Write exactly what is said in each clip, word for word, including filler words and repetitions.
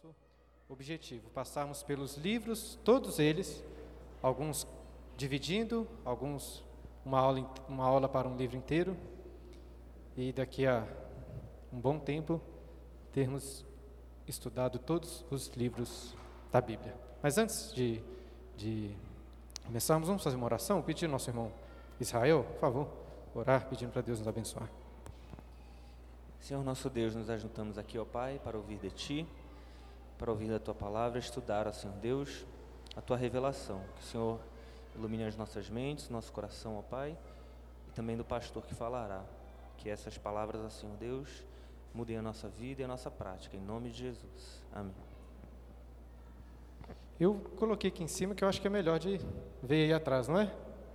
nosso objetivo, passarmos pelos livros, todos eles, alguns dividindo, alguns uma aula, uma aula para um livro inteiro, e daqui a um bom tempo termos estudado todos os livros da Bíblia. Mas antes de, de começarmos, vamos fazer uma oração, pedir ao nosso irmão Israel, por favor, orar, pedindo para Deus nos abençoar. Senhor nosso Deus, nos ajuntamos aqui, ó Pai, para ouvir de Ti, para ouvir da Tua palavra, estudar, ó Senhor Deus, a Tua revelação. Que o Senhor ilumine as nossas mentes, nosso coração, ó Pai, e também do pastor que falará. Que essas palavras, ó Senhor Deus, mudem a nossa vida e a nossa prática, em nome de Jesus. Amém. Eu coloquei aqui em cima que eu acho que é melhor de ver aí atrás, não é?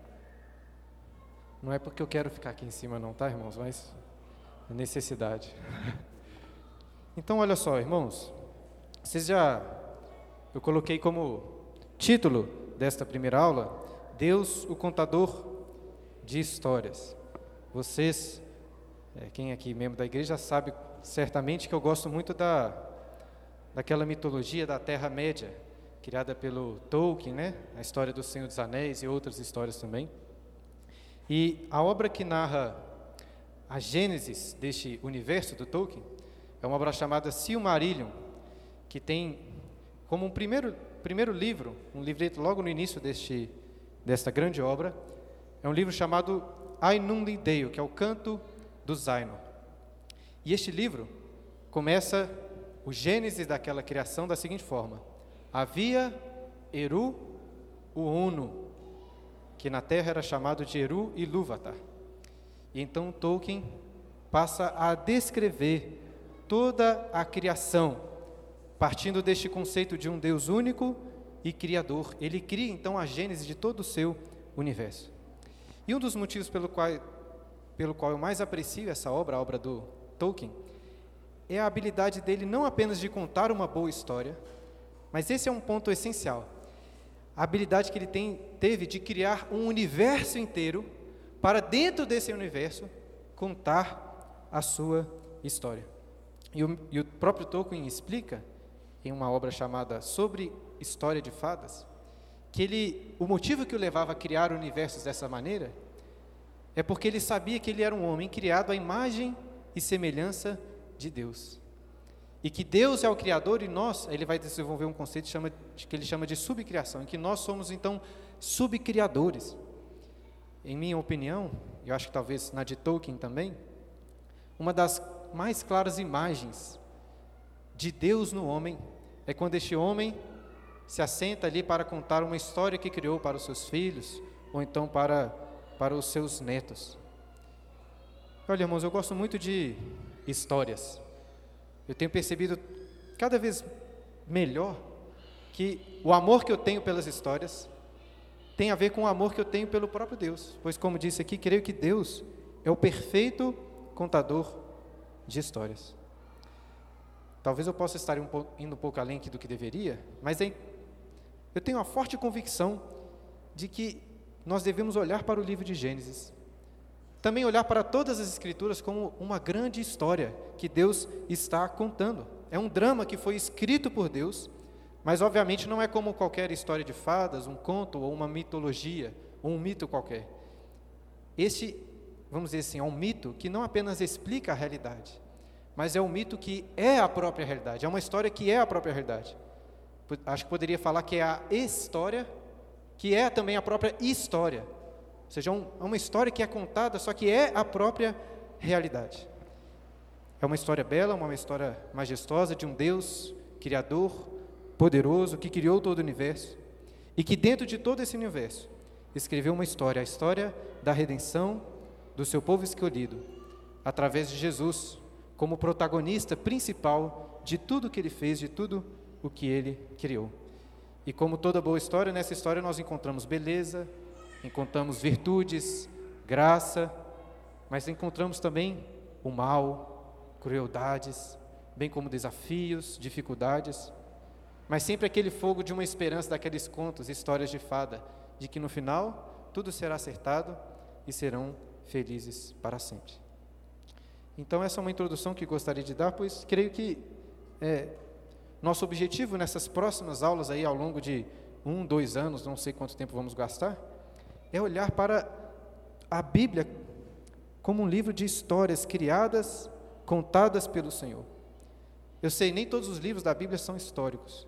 Não é porque eu quero ficar aqui em cima não, tá, irmãos? Mas é necessidade. Então, olha só, irmãos. Vocês já... Eu coloquei como título desta primeira aula, Deus, o contador de histórias. Vocês, é, quem aqui membro da igreja, sabe certamente que eu gosto muito da, daquela mitologia da Terra-média, criada pelo Tolkien, né? A história do Senhor dos Anéis e outras histórias também. E a obra que narra a gênesis deste universo do Tolkien é uma obra chamada Silmarillion, que tem como um primeiro, primeiro livro, um livreto logo no início deste, desta grande obra, é um livro chamado Ainulindale Dale, que é o Canto dos Ainur. E este livro começa o gênesis daquela criação da seguinte forma: havia Eru, o Uno, que na terra era chamado de Eru Ilúvatar. E então Tolkien passa a descrever toda a criação, partindo deste conceito de um Deus único e criador. Ele cria então a gênese de todo o seu universo. E um dos motivos pelo qual, pelo qual eu mais aprecio essa obra, a obra do Tolkien, é a habilidade dele não apenas de contar uma boa história, mas esse é um ponto essencial. A habilidade que ele tem, teve de criar um universo inteiro para, dentro desse universo, contar a sua história. E o, e o próprio Tolkien explica, em uma obra chamada Sobre História de Fadas, que ele, o motivo que o levava a criar universos dessa maneira é porque ele sabia que ele era um homem criado à imagem e semelhança de Deus. E que Deus é o Criador e nós, ele vai desenvolver um conceito que, chama, que ele chama de subcriação, em que nós somos, então, subcriadores. Em minha opinião, eu acho que talvez na de Tolkien também, uma das mais claras imagens de Deus no homem é quando este homem se assenta ali para contar uma história que criou para os seus filhos, ou então para, para os seus netos. Olha, irmãos, eu gosto muito de histórias. Eu tenho percebido cada vez melhor que o amor que eu tenho pelas histórias tem a ver com o amor que eu tenho pelo próprio Deus. Pois, como disse aqui, creio que Deus é o perfeito contador de histórias. Talvez eu possa estar um pouco, indo um pouco além do que deveria, mas é, eu tenho uma forte convicção de que nós devemos olhar para o livro de Gênesis, também olhar para todas as Escrituras como uma grande história que Deus está contando. É um drama que foi escrito por Deus, mas obviamente não é como qualquer história de fadas, um conto ou uma mitologia, ou um mito qualquer. Este, vamos dizer assim, é um mito que não apenas explica a realidade, mas é um mito que é a própria realidade, é uma história que é a própria realidade. Acho que poderia falar que é a história, que é também a própria história. Ou seja, é uma história que é contada, só que é a própria realidade. É uma história bela, uma história majestosa de um Deus criador, poderoso, que criou todo o universo, e que dentro de todo esse universo, escreveu uma história, a história da redenção do seu povo escolhido, através de Jesus, como protagonista principal de tudo que ele fez, de tudo o que ele criou. E como toda boa história, nessa história nós encontramos beleza, encontramos virtudes, graça, mas encontramos também o mal, crueldades, bem como desafios, dificuldades, mas sempre aquele fogo de uma esperança daqueles contos, histórias de fada, de que no final tudo será acertado e serão felizes para sempre. Então essa é uma introdução que gostaria de dar, pois creio que é, nosso objetivo nessas próximas aulas aí, ao longo de um, dois anos, não sei quanto tempo vamos gastar, é olhar para a Bíblia como um livro de histórias criadas, contadas pelo Senhor. Eu sei, nem todos os livros da Bíblia são históricos.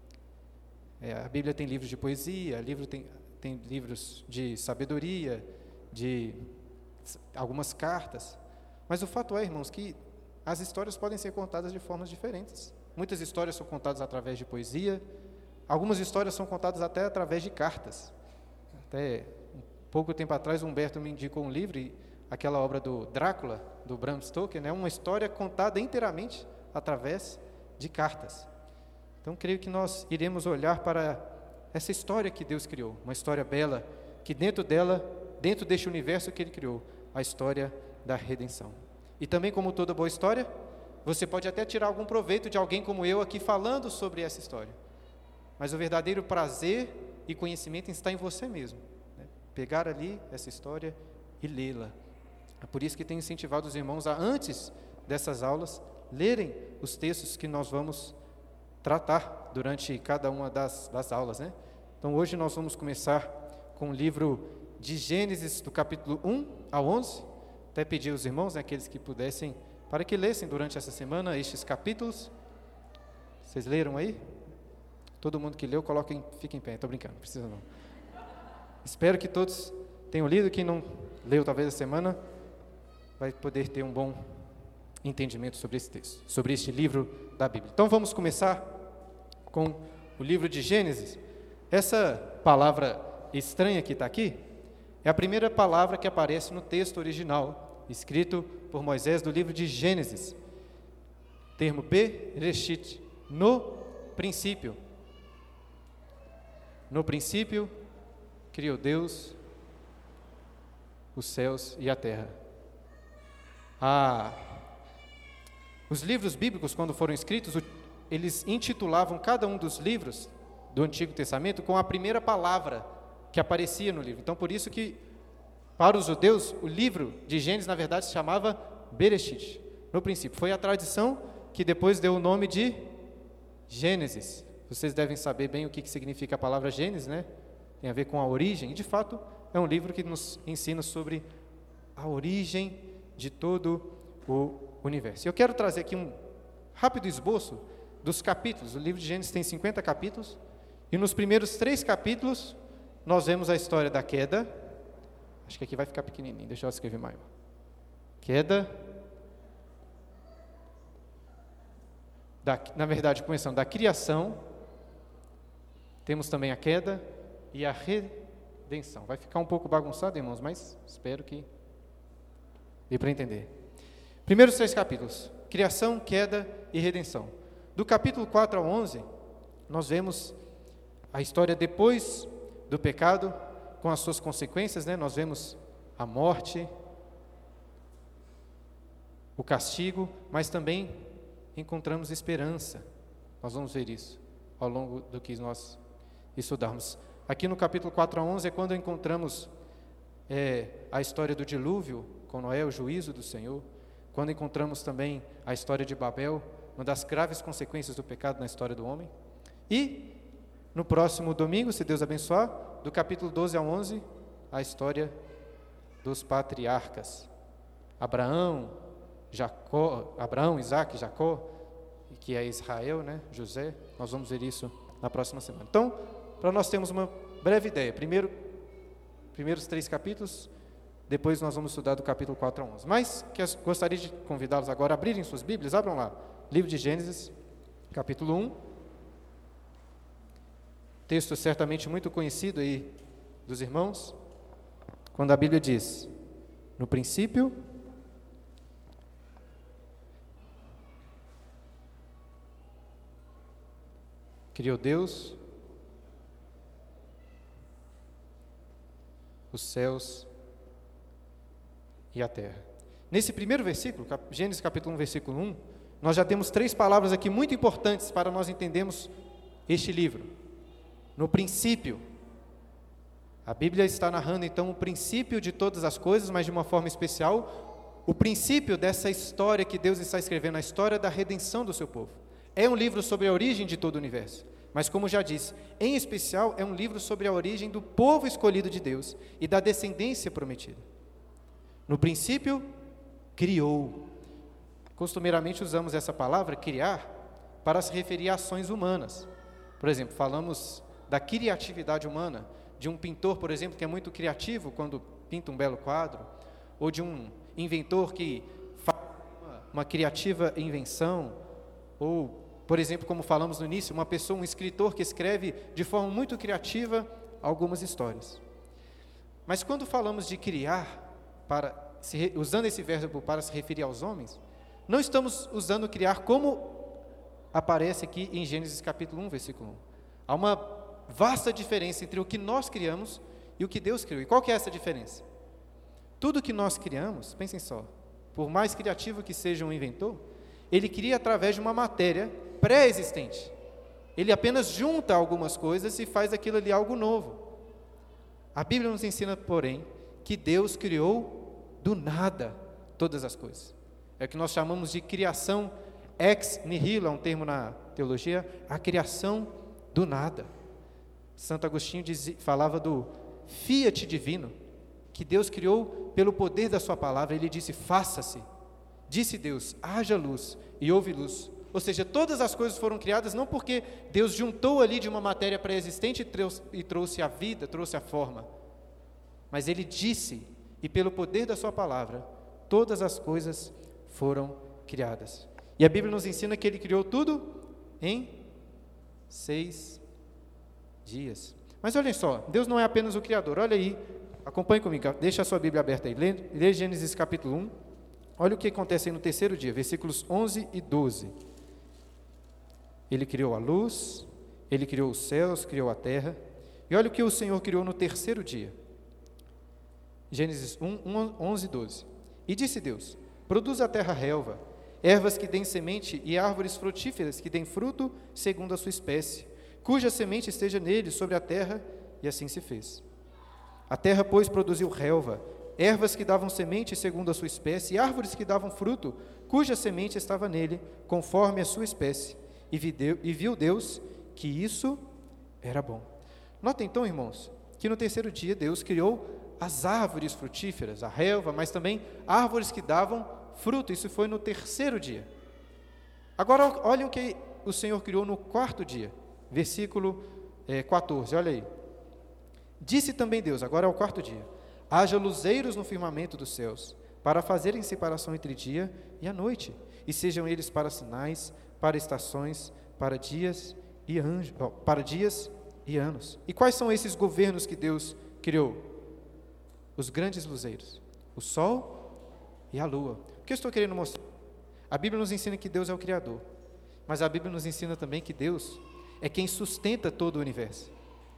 É, a Bíblia tem livros de poesia, livro tem, tem livros de sabedoria, de algumas cartas. Mas o fato é, irmãos, que as histórias podem ser contadas de formas diferentes. Muitas histórias são contadas através de poesia, algumas histórias são contadas até através de cartas. Até um pouco tempo atrás, o Humberto me indicou um livro, e aquela obra do Drácula, do Bram Stoker, né, uma história contada inteiramente através de cartas. Então, creio que nós iremos olhar para essa história que Deus criou, uma história bela, que dentro dela, dentro deste universo que Ele criou, a história da redenção. E também, como toda boa história, você pode até tirar algum proveito de alguém como eu aqui falando sobre essa história. Mas o verdadeiro prazer e conhecimento está em você mesmo, né? Pegar ali essa história e lê-la. É por isso que tenho incentivado os irmãos a, antes dessas aulas, lerem os textos que nós vamos tratar durante cada uma das, das aulas, né? Então, hoje nós vamos começar com o livro de Gênesis, do capítulo um ao onze. Até pedir aos irmãos, né, aqueles que pudessem, para que lessem durante essa semana estes capítulos. Vocês leram aí? Todo mundo que leu, coloquem, fique em pé. Estou brincando, não precisa não. Espero que todos tenham lido. Quem não leu talvez a semana, vai poder ter um bom entendimento sobre esse texto, sobre este livro da Bíblia. Então vamos começar com o livro de Gênesis. Essa palavra estranha que está aqui é a primeira palavra que aparece no texto original, escrito por Moisés do livro de Gênesis. Termo Bereshit, no princípio. No princípio criou Deus os céus e a terra. Ah, os livros bíblicos, quando foram escritos, eles intitulavam cada um dos livros do Antigo Testamento com a primeira palavra que aparecia no livro. Então, por isso que, para os judeus, o livro de Gênesis, na verdade, se chamava Bereshit, no princípio. Foi a tradição que depois deu o nome de Gênesis. Vocês devem saber bem o que significa a palavra Gênesis, né? Tem a ver com a origem, e de fato é um livro que nos ensina sobre a origem de todo o universo. Eu quero trazer aqui um rápido esboço dos capítulos. O livro de Gênesis tem cinquenta capítulos, e nos primeiros três capítulos nós vemos a história da queda. Acho que aqui vai ficar pequenininho, deixa eu escrever maior. Queda, da, na verdade, começando da criação, temos também a queda e a redenção. Vai ficar um pouco bagunçado, irmãos, mas espero que dê para entender. Primeiros três capítulos, criação, queda e redenção. Do capítulo quatro ao onze, nós vemos a história depois do pecado, com as suas consequências, né? Nós vemos a morte, o castigo, mas também encontramos esperança. Nós vamos ver isso ao longo do que nós estudarmos. Aqui no capítulo quatro a onze é quando encontramos é, a história do dilúvio, com Noé, o juízo do Senhor, quando encontramos também a história de Babel, uma das graves consequências do pecado na história do homem. E no próximo domingo, se Deus abençoar, do capítulo doze ao onze, a história dos patriarcas. Abraão, Jacó, Abraão, Isaac, Jacó, que é Israel, né? José. Nós vamos ver isso na próxima semana. Então, para nós termos uma breve ideia, primeiro, primeiros três capítulos, depois nós vamos estudar do capítulo quatro a onze. Mas que eu gostaria de convidá-los agora a abrirem suas Bíblias. Abram lá, livro de Gênesis, capítulo um. Texto certamente muito conhecido aí dos irmãos, quando a Bíblia diz: no princípio criou Deus os céus e a terra. Nesse primeiro versículo, Gênesis capítulo um, versículo um, nós já temos três palavras aqui muito importantes para nós entendermos este livro. No princípio, a Bíblia está narrando então o princípio de todas as coisas, mas de uma forma especial, o princípio dessa história que Deus está escrevendo, a história da redenção do seu povo. É um livro sobre a origem de todo o universo, mas como já disse, em especial é um livro sobre a origem do povo escolhido de Deus e da descendência prometida. No princípio, criou. Costumeiramente usamos essa palavra, criar, para se referir a ações humanas. Por exemplo, falamos da criatividade humana, de um pintor, por exemplo, que é muito criativo quando pinta um belo quadro, ou de um inventor que faz uma, uma criativa invenção, ou, por exemplo, como falamos no início, uma pessoa, um escritor que escreve de forma muito criativa algumas histórias. Mas quando falamos de criar, para, se, usando esse verbo para se referir aos homens, não estamos usando criar como aparece aqui em Gênesis capítulo um, versículo um. Há uma vasta diferença entre o que nós criamos e o que Deus criou. E qual que é essa diferença? Tudo que nós criamos, pensem só, por mais criativo que seja um inventor, ele cria através de uma matéria pré-existente. Ele apenas junta algumas coisas e faz aquilo ali algo novo. A Bíblia nos ensina, porém, que Deus criou do nada todas as coisas. É o que nós chamamos de criação ex nihilo, é um termo na teologia, a criação do nada. Santo Agostinho dizia, falava do fiat divino, que Deus criou pelo poder da sua palavra. Ele disse, faça-se. Disse Deus, haja luz, e houve luz. Ou seja, todas as coisas foram criadas não porque Deus juntou ali de uma matéria pré-existente e trouxe, e trouxe a vida, trouxe a forma, mas Ele disse, e pelo poder da sua palavra, todas as coisas foram criadas. E a Bíblia nos ensina que Ele criou tudo em seis dias. Mas olhem só, Deus não é apenas o Criador. Olha aí, acompanhe comigo, deixa a sua Bíblia aberta aí, lê, lê Gênesis capítulo um, olha o que acontece aí no terceiro dia, versículos onze e doze. Ele criou a luz, Ele criou os céus, criou a terra, e olha o que o Senhor criou no terceiro dia. Gênesis um, onze e doze. E disse Deus, produz a terra relva, ervas que deem semente e árvores frutíferas que deem fruto segundo a sua espécie, cuja semente esteja nele sobre a terra, e assim se fez. A terra, pois, produziu relva, ervas que davam semente segundo a sua espécie, e árvores que davam fruto, cuja semente estava nele, conforme a sua espécie, e viu Deus que isso era bom. Notem então, irmãos, que no terceiro dia Deus criou as árvores frutíferas, a relva, mas também árvores que davam fruto. Isso foi no terceiro dia. Agora, olhem o que o Senhor criou no quarto dia, versículo é, quatorze, olha aí. Disse também Deus, agora é o quarto dia, haja luzeiros no firmamento dos céus, para fazerem separação entre dia e a noite, e sejam eles para sinais, para estações, para dias e anjos, ó, para dias e anos. E quais são esses governos que Deus criou? Os grandes luzeiros, o sol e a lua. O que eu estou querendo mostrar? A Bíblia nos ensina que Deus é o Criador, mas a Bíblia nos ensina também que Deus é quem sustenta todo o universo.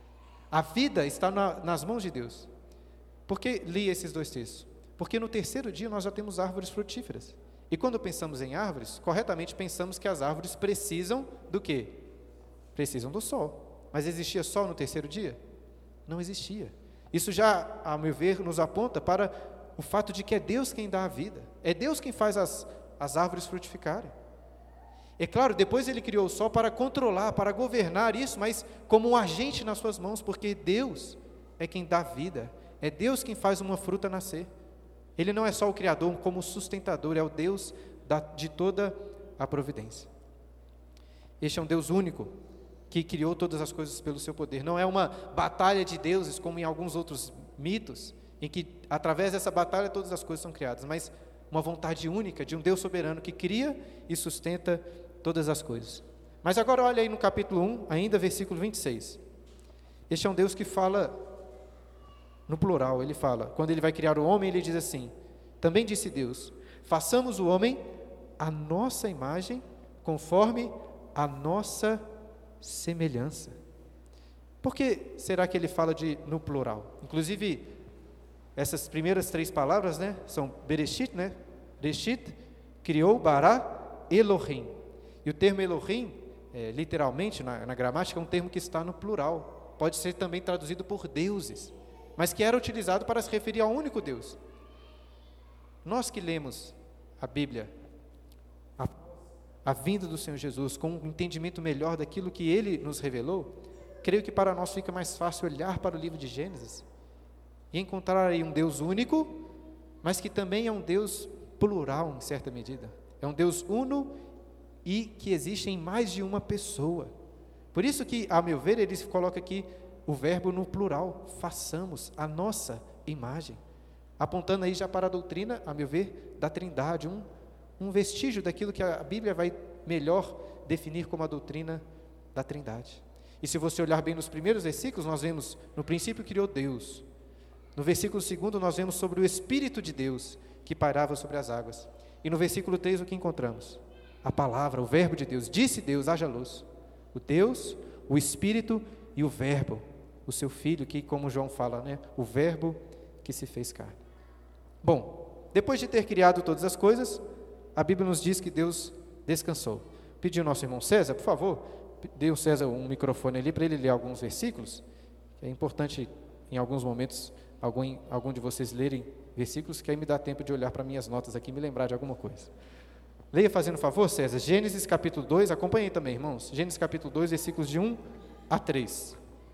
A vida está na, nas mãos de Deus. Por que li esses dois textos? Porque no terceiro dia nós já temos árvores frutíferas. E quando pensamos em árvores, corretamente pensamos que as árvores precisam do quê? Precisam do sol. Mas existia sol no terceiro dia? Não existia. Isso já, a meu ver, nos aponta para o fato de que é Deus quem dá a vida. É Deus quem faz as, as árvores frutificarem. É claro, depois Ele criou o sol para controlar, para governar isso, mas como um agente nas suas mãos, porque Deus é quem dá vida. É Deus quem faz uma fruta nascer. Ele não é só o Criador como sustentador, é o Deus da, de toda a providência. Este é um Deus único, que criou todas as coisas pelo seu poder. Não é uma batalha de deuses, como em alguns outros mitos, em que através dessa batalha todas as coisas são criadas, mas uma vontade única de um Deus soberano que cria e sustenta todas as coisas. Mas agora olha aí no capítulo um, ainda versículo vinte e seis. Este é um Deus que fala no plural, ele fala, quando ele vai criar o homem, ele diz assim, também disse Deus, façamos o homem à nossa imagem, conforme a nossa semelhança. Por que será que ele fala de no plural? Inclusive, essas primeiras três palavras, né, são Bereshit, né? Bereshit, criou, Bará, Elohim. E o termo Elohim, é, literalmente, na, na gramática, é um termo que está no plural. Pode ser também traduzido por deuses, mas que era utilizado para se referir ao único Deus. Nós que lemos a Bíblia a vinda do Senhor Jesus, com um entendimento melhor daquilo que Ele nos revelou, creio que para nós fica mais fácil olhar para o livro de Gênesis e encontrar aí um Deus único, mas que também é um Deus plural em certa medida. É um Deus uno e que existe em mais de uma pessoa. Por isso que, a meu ver, ele coloca aqui o verbo no plural, façamos a nossa imagem, apontando aí já para a doutrina, a meu ver, da Trindade, um, um vestígio daquilo que a Bíblia vai melhor definir como a doutrina da Trindade. E se você olhar bem nos primeiros versículos, nós vemos, no princípio criou Deus. No versículo segundo, nós vemos sobre o Espírito de Deus, que pairava sobre as águas. E no versículo três, o que encontramos? A palavra, o verbo de Deus. Disse Deus, haja luz. O Deus, o Espírito e o verbo, o seu Filho, que, como João fala, né? O verbo que se fez carne. Bom, depois de ter criado todas as coisas, a Bíblia nos diz que Deus descansou. Pediu ao nosso irmão César, por favor, dê ao César um microfone ali para ele ler alguns versículos. É importante, em alguns momentos, algum, algum de vocês lerem versículos, que aí me dá tempo de olhar para minhas notas aqui e me lembrar de alguma coisa. Leia fazendo favor, César, Gênesis capítulo dois, acompanhem também, irmãos. Gênesis capítulo dois, versículos de um a três.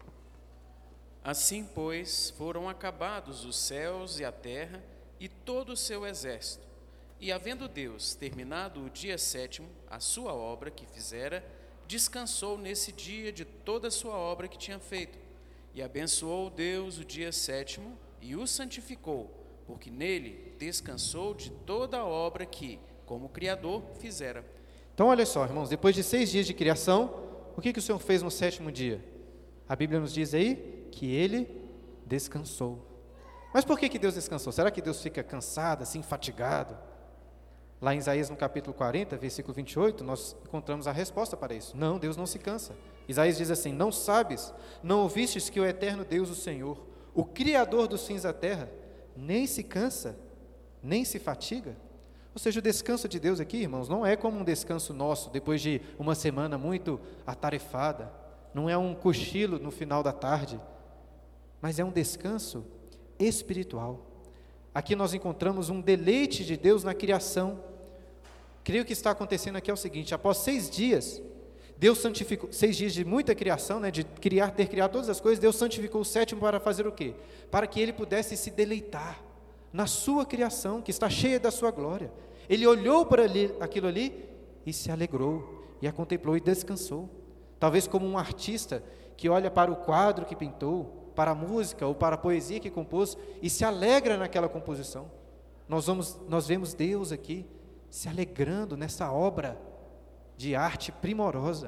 Assim, pois, foram acabados os céus e a terra e todo o seu exército. E havendo Deus terminado o dia sétimo, a sua obra que fizera, descansou nesse dia de toda a sua obra que tinha feito. E abençoou Deus o dia sétimo e o santificou, porque nele descansou de toda a obra que, como Criador, fizera. Então, olha só, irmãos, depois de seis dias de criação, o que, que o Senhor fez no sétimo dia? A Bíblia nos diz aí que Ele descansou. Mas por que, que Deus descansou? Será que Deus fica cansado, assim, fatigado? Lá em Isaías, no capítulo quarenta, versículo vinte e oito, nós encontramos a resposta para isso. Não, Deus não se cansa. Isaías diz assim, não sabes, não ouvistes que o eterno Deus, o Senhor, o Criador dos fins da terra, nem se cansa, nem se fatiga? Ou seja, o descanso de Deus aqui, irmãos, não é como um descanso nosso, depois de uma semana muito atarefada, não é um cochilo no final da tarde, mas é um descanso espiritual. Aqui nós encontramos um deleite de Deus na criação. Creio que está acontecendo aqui é o seguinte, após seis dias, Deus santificou, seis dias de muita criação, né, de criar, ter criado todas as coisas, Deus santificou o sétimo para fazer o quê? Para que Ele pudesse se deleitar na sua criação, que está cheia da sua glória. Ele olhou para ali, aquilo ali e se alegrou, e a contemplou e descansou. Talvez como um artista que olha para o quadro que pintou, para a música ou para a poesia que compôs e se alegra naquela composição. Nós, vamos, nós vemos Deus aqui se alegrando nessa obra de arte primorosa,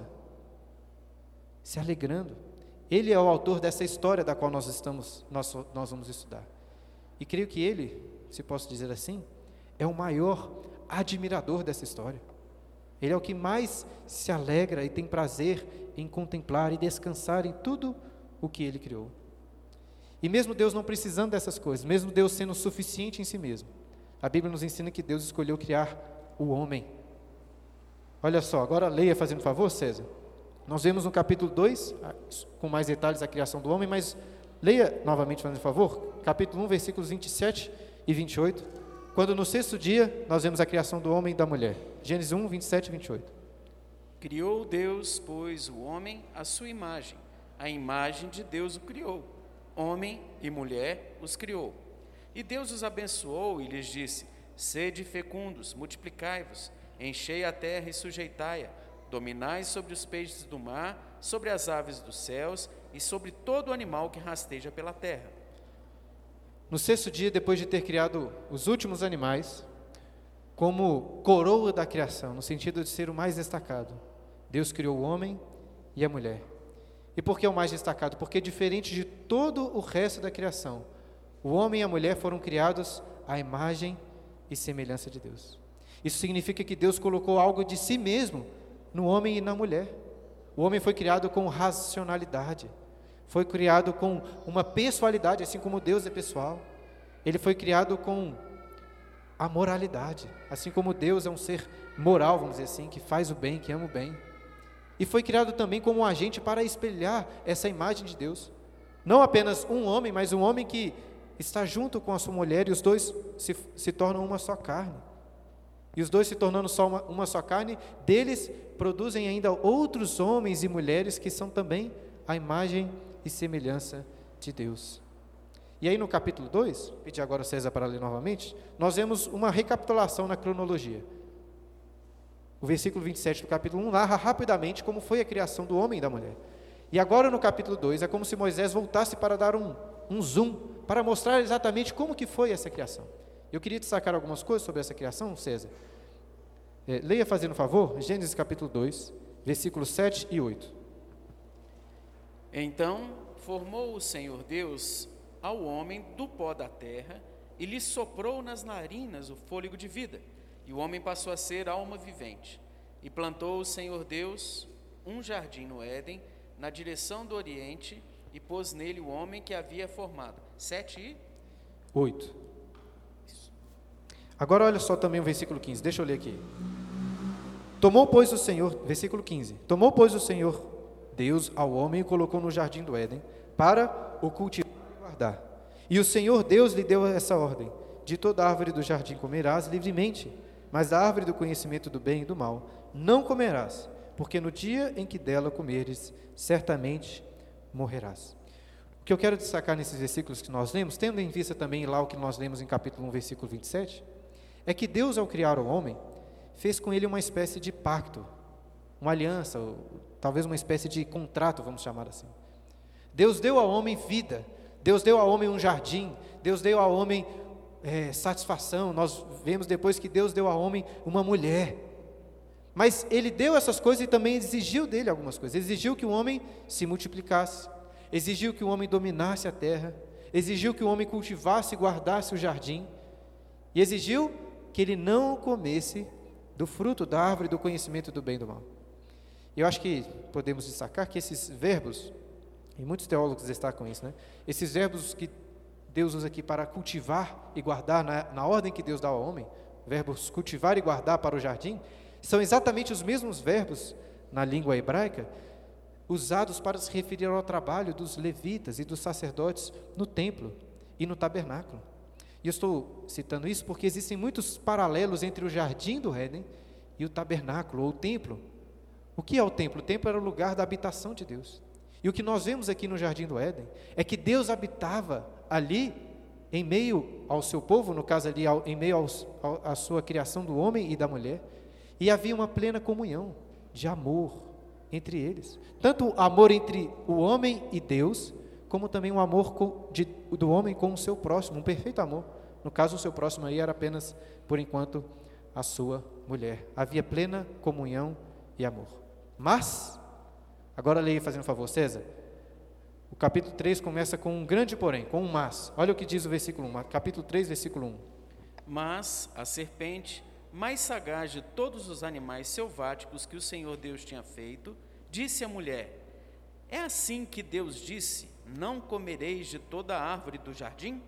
se alegrando. Ele é o autor dessa história da qual nós, estamos, nós, nós vamos estudar. E creio que ele, se posso dizer assim, é o maior admirador dessa história. Ele é o que mais se alegra e tem prazer em contemplar e descansar em tudo o que Ele criou. E mesmo Deus não precisando dessas coisas, mesmo Deus sendo suficiente em si mesmo, a Bíblia nos ensina que Deus escolheu criar o homem. Olha só, agora leia fazendo favor, César. Nós vemos no capítulo dois, com mais detalhes, a criação do homem, mas leia novamente fazendo favor, capítulo um, versículos vinte e sete e vinte e oito, quando no sexto dia nós vemos a criação do homem e da mulher. Gênesis um, vinte e sete e vinte e oito. Criou Deus, pois, o homem à sua imagem, a imagem de Deus o criou, homem e mulher os criou. E Deus os abençoou e lhes disse, sede fecundos, multiplicai-vos, enchei a terra e sujeitai-a, dominai sobre os peixes do mar, sobre as aves dos céus e sobre todo animal que rasteja pela terra. No sexto dia, depois de ter criado os últimos animais, como coroa da criação, no sentido de ser o mais destacado, Deus criou o homem e a mulher. E por que é o mais destacado? Porque diferente de todo o resto da criação, o homem e a mulher foram criados à imagem e semelhança de Deus. Isso significa que Deus colocou algo de si mesmo no homem e na mulher. O homem foi criado com racionalidade, foi criado com uma pessoalidade, assim como Deus é pessoal. Ele foi criado com a moralidade, assim como Deus é um ser moral, vamos dizer assim, que faz o bem, que ama o bem. E foi criado também como um agente para espelhar essa imagem de Deus. Não apenas um homem, mas um homem que está junto com a sua mulher e os dois se, se tornam uma só carne. E os dois se tornando só uma, uma só carne, deles produzem ainda outros homens e mulheres que são também a imagem e semelhança de Deus. E aí no capítulo dois, pedir agora a César para ler novamente, nós vemos uma recapitulação na cronologia. O versículo vinte e sete do capítulo um narra rapidamente como foi a criação do homem e da mulher. E agora no capítulo dois é como se Moisés voltasse para dar um, um zoom, para mostrar exatamente como que foi essa criação. Eu queria destacar algumas coisas sobre essa criação, César. É, leia fazendo favor, Gênesis capítulo dois, versículos sete e oito. Então formou o Senhor Deus ao homem do pó da terra e lhe soprou nas narinas o fôlego de vida, e o homem passou a ser alma vivente. E plantou o Senhor Deus um jardim no Éden, na direção do Oriente, e pôs nele o homem que havia formado. Sete e... Oito. Agora olha só também o versículo quinze, deixa eu ler aqui. Tomou, pois, o Senhor, versículo quinze, tomou, pois, o Senhor Deus ao homem e o colocou no jardim do Éden, para o cultivar e guardar. E o Senhor Deus lhe deu essa ordem: de toda árvore do jardim comerás livremente, mas da árvore do conhecimento do bem e do mal não comerás, porque no dia em que dela comeres, certamente morrerás. O que eu quero destacar nesses versículos que nós lemos, tendo em vista também lá o que nós lemos em capítulo um, versículo vinte e sete, é que Deus, ao criar o homem, fez com ele uma espécie de pacto, uma aliança, ou talvez uma espécie de contrato, vamos chamar assim. Deus deu ao homem vida, Deus deu ao homem um jardim, Deus deu ao homem é, satisfação. Nós vemos depois que Deus deu ao homem uma mulher. Mas Ele deu essas coisas e também exigiu dele algumas coisas. Exigiu que o homem se multiplicasse, exigiu que o homem dominasse a terra, exigiu que o homem cultivasse e guardasse o jardim, e exigiu que ele não comesse do fruto da árvore do conhecimento do bem e do mal. E eu acho que podemos destacar que esses verbos, e muitos teólogos destacam isso, né? Esses verbos que Deus usa aqui para cultivar e guardar, na, na ordem que Deus dá ao homem, verbos cultivar e guardar para o jardim, são exatamente os mesmos verbos na língua hebraica usados para se referir ao trabalho dos levitas e dos sacerdotes no templo e no tabernáculo. E eu estou citando isso porque existem muitos paralelos entre o jardim do Éden e o tabernáculo, ou o templo. O que é o templo? O templo era o lugar da habitação de Deus. E o que nós vemos aqui no jardim do Éden é que Deus habitava ali, em meio ao seu povo, no caso ali, ao, em meio aos, ao, à sua criação do homem e da mulher, e havia uma plena comunhão de amor entre eles. Tanto o amor entre o homem e Deus, como também o amor com, de, do homem com o seu próximo, um perfeito amor. No caso, o seu próximo aí era apenas, por enquanto, a sua mulher. Havia plena comunhão e amor. Mas, agora leia fazendo favor, César. O capítulo três começa com um grande porém, com um mas. Olha o que diz o versículo um, capítulo três, versículo um. Mas a serpente, mais sagaz de todos os animais selváticos que o Senhor Deus tinha feito, disse à mulher: é assim que Deus disse, não comereis de toda a árvore do jardim?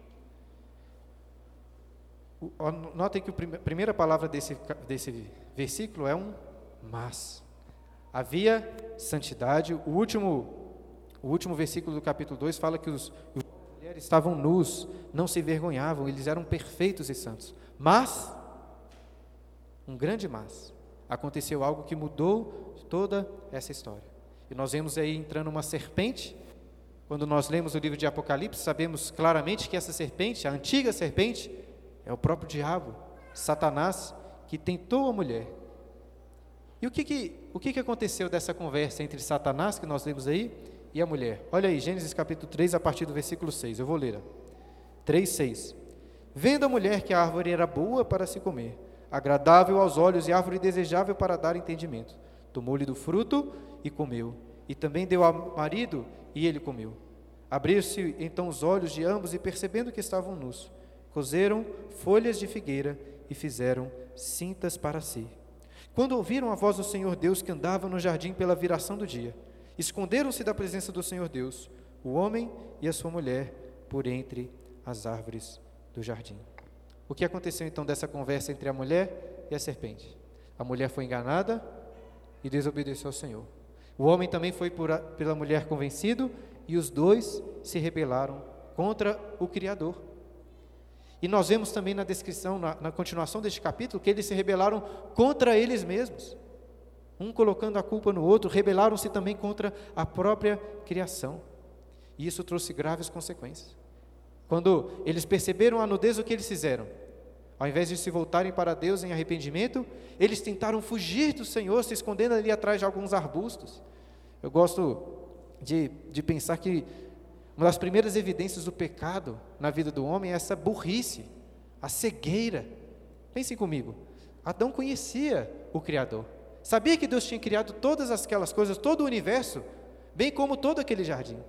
Notem que a primeira palavra desse, desse versículo é um mas. Havia santidade. O último, o último versículo do capítulo dois fala que os, os mulheres estavam nus, não se envergonhavam, eles eram perfeitos e santos. Mas, um grande mas, aconteceu algo que mudou toda essa história. E nós vemos aí entrando uma serpente. Quando nós lemos o livro de Apocalipse, sabemos claramente que essa serpente, a antiga serpente, é o próprio diabo, Satanás, que tentou a mulher. E o que que, o que que aconteceu dessa conversa entre Satanás, que nós lemos aí, e a mulher? Olha aí, Gênesis capítulo três, a partir do versículo seis, eu vou ler. três, seis. Vendo a mulher que a árvore era boa para se comer, agradável aos olhos e árvore desejável para dar entendimento, tomou-lhe do fruto e comeu, e também deu ao marido, e ele comeu. Abriu-se então os olhos de ambos, e percebendo que estavam nus, coseram folhas de figueira e fizeram cintas para si. Quando ouviram a voz do Senhor Deus que andava no jardim pela viração do dia, esconderam-se da presença do Senhor Deus, o homem e a sua mulher, por entre as árvores do jardim. O que aconteceu então dessa conversa entre a mulher e a serpente? A mulher foi enganada e desobedeceu ao Senhor. O homem também foi por a, pela mulher convencido, e os dois se rebelaram contra o Criador. E nós vemos também na descrição, na, na continuação deste capítulo, que eles se rebelaram contra eles mesmos. Um colocando a culpa no outro, rebelaram-se também contra a própria criação. E isso trouxe graves consequências. Quando eles perceberam a nudez, o que eles fizeram? Ao invés de se voltarem para Deus em arrependimento, eles tentaram fugir do Senhor, se escondendo ali atrás de alguns arbustos. Eu gosto de, de pensar que uma das primeiras evidências do pecado na vida do homem é essa burrice, a cegueira. Pensem comigo, Adão conhecia o Criador, sabia que Deus tinha criado todas aquelas coisas, todo o universo, bem como todo aquele jardim.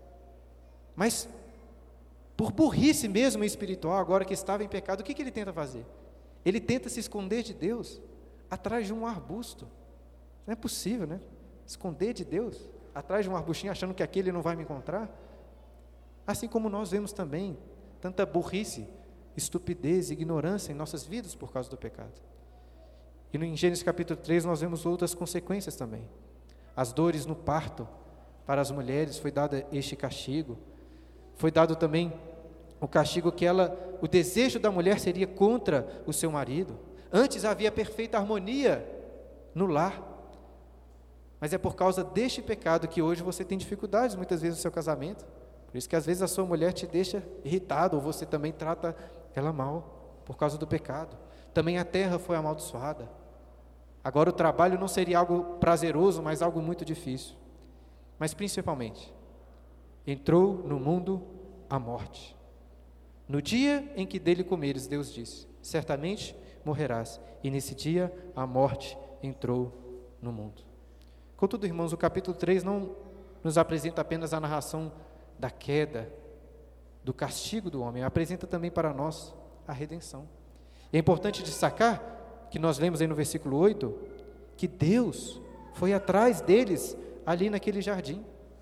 Mas, por burrice mesmo espiritual, agora que estava em pecado, o que, que ele tenta fazer? Ele tenta se esconder de Deus atrás de um arbusto. Não é possível, né? Esconder de Deus atrás de um arbustinho, achando que aquele não vai me encontrar. Assim como nós vemos também tanta burrice, estupidez, ignorância em nossas vidas por causa do pecado. E em Gênesis capítulo três nós vemos outras consequências também. As dores no parto, para as mulheres foi dado este castigo. Foi dado também o castigo que ela, o desejo da mulher seria contra o seu marido. Antes havia perfeita harmonia no lar. Mas é por causa deste pecado que hoje você tem dificuldades muitas vezes no seu casamento. Por isso que às vezes a sua mulher te deixa irritado, ou você também trata ela mal, por causa do pecado. Também a terra foi amaldiçoada. Agora o trabalho não seria algo prazeroso, mas algo muito difícil. Mas principalmente, entrou no mundo a morte. No dia em que dele comeres, Deus disse, certamente morrerás. E nesse dia a morte entrou no mundo. Contudo, irmãos, o capítulo três não nos apresenta apenas a narração da queda, do castigo do homem, apresenta também para nós a redenção. E é importante destacar, que nós lemos aí no versículo oito, que Deus foi atrás deles, ali naquele jardim.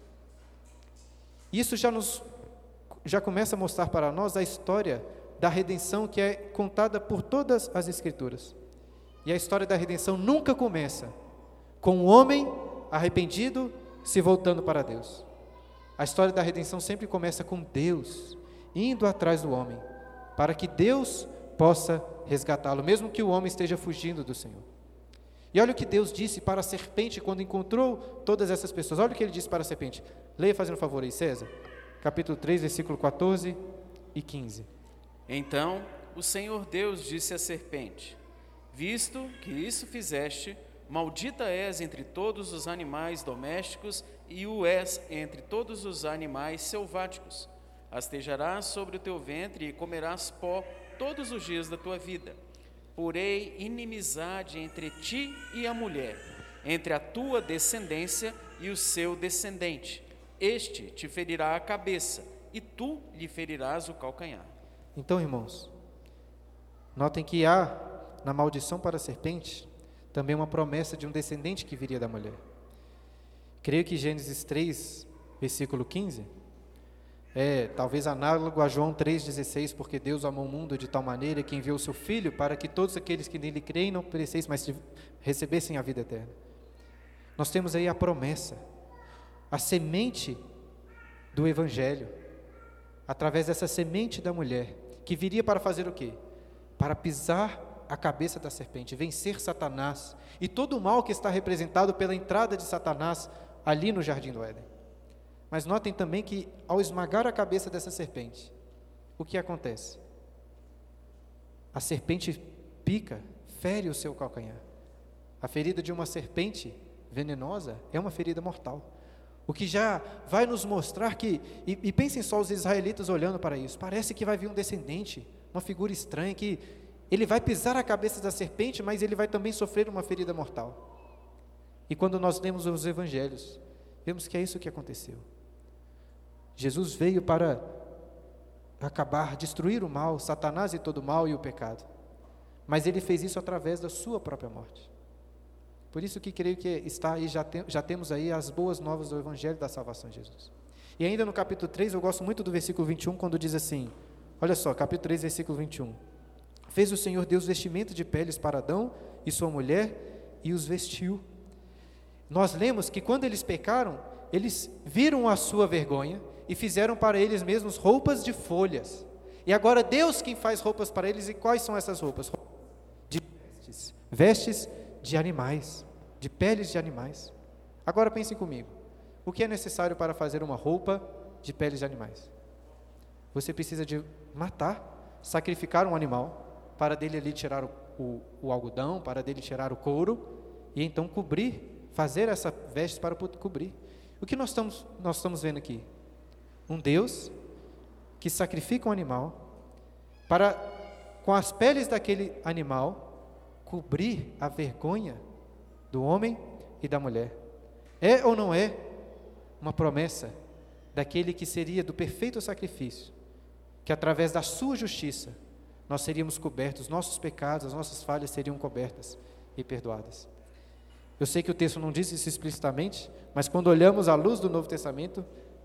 Isso já, nos, já começa a mostrar para nós a história da redenção que é contada por todas as Escrituras. E a história da redenção nunca começa com o homem arrependido se voltando para Deus. A história da redenção sempre começa com Deus indo atrás do homem, para que Deus possa resgatá-lo, mesmo que o homem esteja fugindo do Senhor. E olha o que Deus disse para a serpente quando encontrou todas essas pessoas. Olha o que ele disse para a serpente. Leia fazendo um favor aí, César. Capítulo três, versículo quatorze e quinze. Então o Senhor Deus disse à serpente: visto que isso fizeste, maldita és entre todos os animais domésticos e o és entre todos os animais selváticos. Astejarás sobre o teu ventre e comerás pó todos os dias da tua vida. Porei inimizade entre ti e a mulher, entre a tua descendência e o seu descendente. Este te ferirá a cabeça, e tu lhe ferirás o calcanhar. Então, irmãos, notem que há na maldição para a serpente também uma promessa de um descendente que viria da mulher. Creio que Gênesis três, versículo quinze, é talvez análogo a João três, dezesseis, porque Deus amou o mundo de tal maneira que enviou o seu Filho para que todos aqueles que nele creem não perecessem, mas recebessem a vida eterna. Nós temos aí a promessa, a semente do Evangelho, através dessa semente da mulher, que viria para fazer o quê? Para pisar a cabeça da serpente, vencer Satanás e todo o mal que está representado pela entrada de Satanás ali no Jardim do Éden. Mas notem também que ao esmagar a cabeça dessa serpente, o que acontece? A serpente pica, fere o seu calcanhar. A ferida de uma serpente venenosa é uma ferida mortal. O que já vai nos mostrar que, e, e pensem só os israelitas olhando para isso, parece que vai vir um descendente, uma figura estranha, que ele vai pisar a cabeça da serpente, mas ele vai também sofrer uma ferida mortal. E quando nós lemos os evangelhos, vemos que é isso que aconteceu. Jesus veio para acabar, destruir o mal, Satanás e todo o mal e o pecado. Mas ele fez isso através da sua própria morte. Por isso que creio que está aí, já, tem, já temos aí as boas novas do Evangelho da salvação de Jesus. E ainda no capítulo três, eu gosto muito do versículo vinte e um, quando diz assim, olha só, capítulo três, versículo vinte e um. Fez o Senhor Deus vestimenta de peles para Adão e sua mulher e os vestiu. Nós lemos que quando eles pecaram, eles viram a sua vergonha e fizeram para eles mesmos roupas de folhas. E agora Deus quem faz roupas para eles. E quais são essas roupas? De vestes, vestes de animais, de peles de animais. Agora pensem comigo, o que é necessário para fazer uma roupa de peles de animais? Você precisa de matar, sacrificar um animal, para dele ali tirar o, o, o algodão, para dele tirar o couro, e então cobrir, fazer essa veste para cobrir. O que nós estamos, nós estamos vendo aqui? Um Deus que sacrifica um animal, para, com as peles daquele animal, cobrir a vergonha do homem e da mulher. É ou não é uma promessa daquele que seria do perfeito sacrifício, que através da sua justiça, nós seríamos cobertos, nossos pecados, as nossas falhas seriam cobertas e perdoadas. Eu sei que o texto não diz isso explicitamente, mas quando olhamos à luz do Novo Testamento,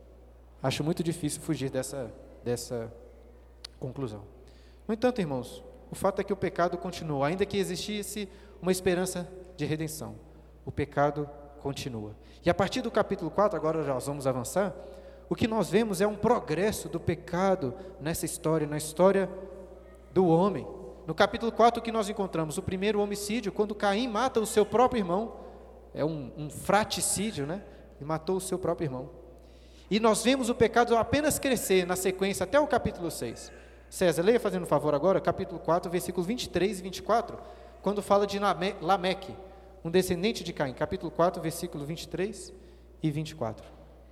acho muito difícil fugir dessa, dessa conclusão. No entanto, irmãos, o fato é que o pecado continua, ainda que existisse uma esperança de redenção, o pecado continua. E a partir do capítulo quatro, agora nós vamos avançar, o que nós vemos é um progresso do pecado nessa história, na história do homem. No capítulo quatro, o que nós encontramos? O primeiro homicídio, quando Caim mata o seu próprio irmão, é um, um fraticídio, né? E matou o seu próprio irmão. E nós vemos o pecado apenas crescer na sequência até o capítulo seis. César, leia fazendo um favor agora, capítulo quatro, versículos vinte e três e vinte e quatro, quando fala de Lameque, um descendente de Caim. Capítulo quatro, versículo vinte e três e vinte e quatro.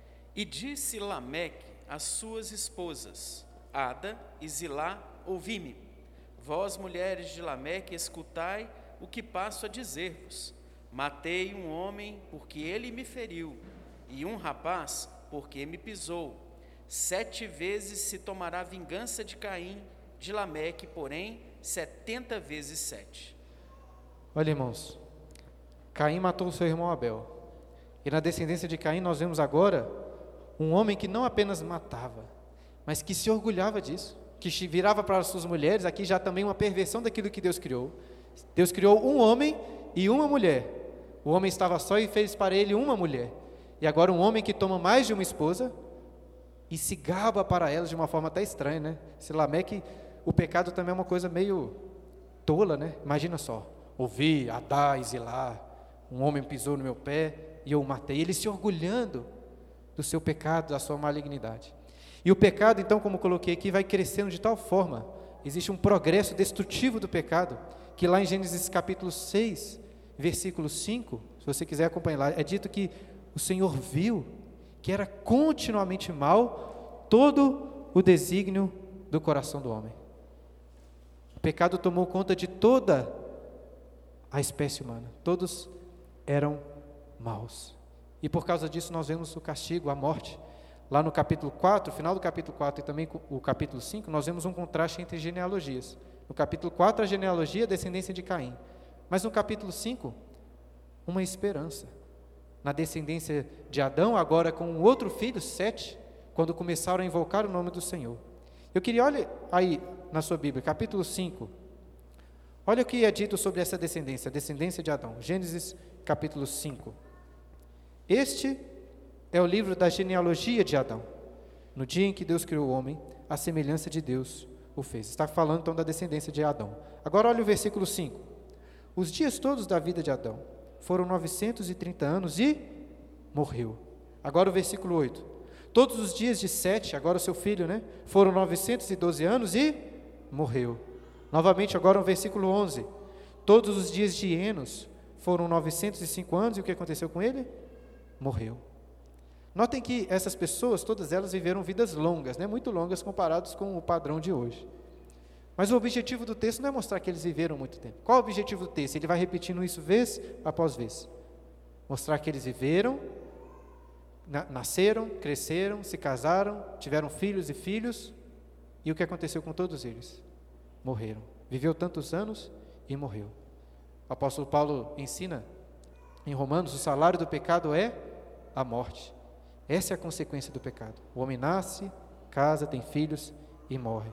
E disse Lameque às suas esposas, Ada e Zilá, ouvi-me. Vós, mulheres de Lameque, escutai o que passo a dizer-vos. Matei um homem porque ele me feriu, e um rapaz porque me pisou. Sete vezes se tomará vingança de Caim, de Lameque, porém, setenta vezes sete. Olha, irmãos, Caim matou o seu irmão Abel. E na descendência de Caim nós vemos agora um homem que não apenas matava, mas que se orgulhava disso, que virava para as suas mulheres, aqui já também uma perversão daquilo que Deus criou. Deus criou um homem e uma mulher. O homem estava só e fez para ele uma mulher. E agora um homem que toma mais de uma esposa e se gaba para elas de uma forma até estranha, né? Esse Lameque, o pecado também é uma coisa meio tola, né? Imagina só, ouvi Adá e Zilá, um homem pisou no meu pé e eu o matei. Ele se orgulhando do seu pecado, da sua malignidade. E o pecado, então, como coloquei aqui, vai crescendo de tal forma, existe um progresso destrutivo do pecado, que lá em Gênesis capítulo seis, versículo cinco, se você quiser acompanhar lá, é dito que o Senhor viu que era continuamente mal todo o desígnio do coração do homem. O pecado tomou conta de toda a espécie humana, todos eram maus. E por causa disso nós vemos o castigo, a morte. Lá no capítulo quatro, final do capítulo quatro e também o capítulo cinco, nós vemos um contraste entre genealogias. No capítulo quatro, a genealogia, a descendência de Caim. Mas no capítulo cinco, uma esperança. Na descendência de Adão, agora com um outro filho, Sete, quando começaram a invocar o nome do Senhor. Eu queria, olha aí na sua Bíblia, capítulo cinco. Olha o que é dito sobre essa descendência, a descendência de Adão. Gênesis capítulo cinco. Este é o livro da genealogia de Adão. No dia em que Deus criou o homem, a semelhança de Deus o fez. Está falando então da descendência de Adão. Agora olha o versículo cinco. Os dias todos da vida de Adão foram novecentos e trinta anos e morreu. Agora o versículo oito. Todos os dias de Sete, agora o seu filho, né? Foram novecentos e doze anos e morreu. Novamente agora o versículo onze. Todos os dias de Enos foram novecentos e cinco anos e o que aconteceu com ele? Morreu. Notem que essas pessoas, todas elas viveram vidas longas, né? Muito longas comparadas com o padrão de hoje. Mas o objetivo do texto não é mostrar que eles viveram muito tempo. Qual é o objetivo do texto? Ele vai repetindo isso vez após vez. Mostrar que eles viveram, na, nasceram, cresceram, se casaram, tiveram filhos e filhos, e o que aconteceu com todos eles? Morreram. Viveu tantos anos e morreu. O apóstolo Paulo ensina em Romanos, o salário do pecado é a morte. Essa é a consequência do pecado. O homem nasce, casa, tem filhos e morre.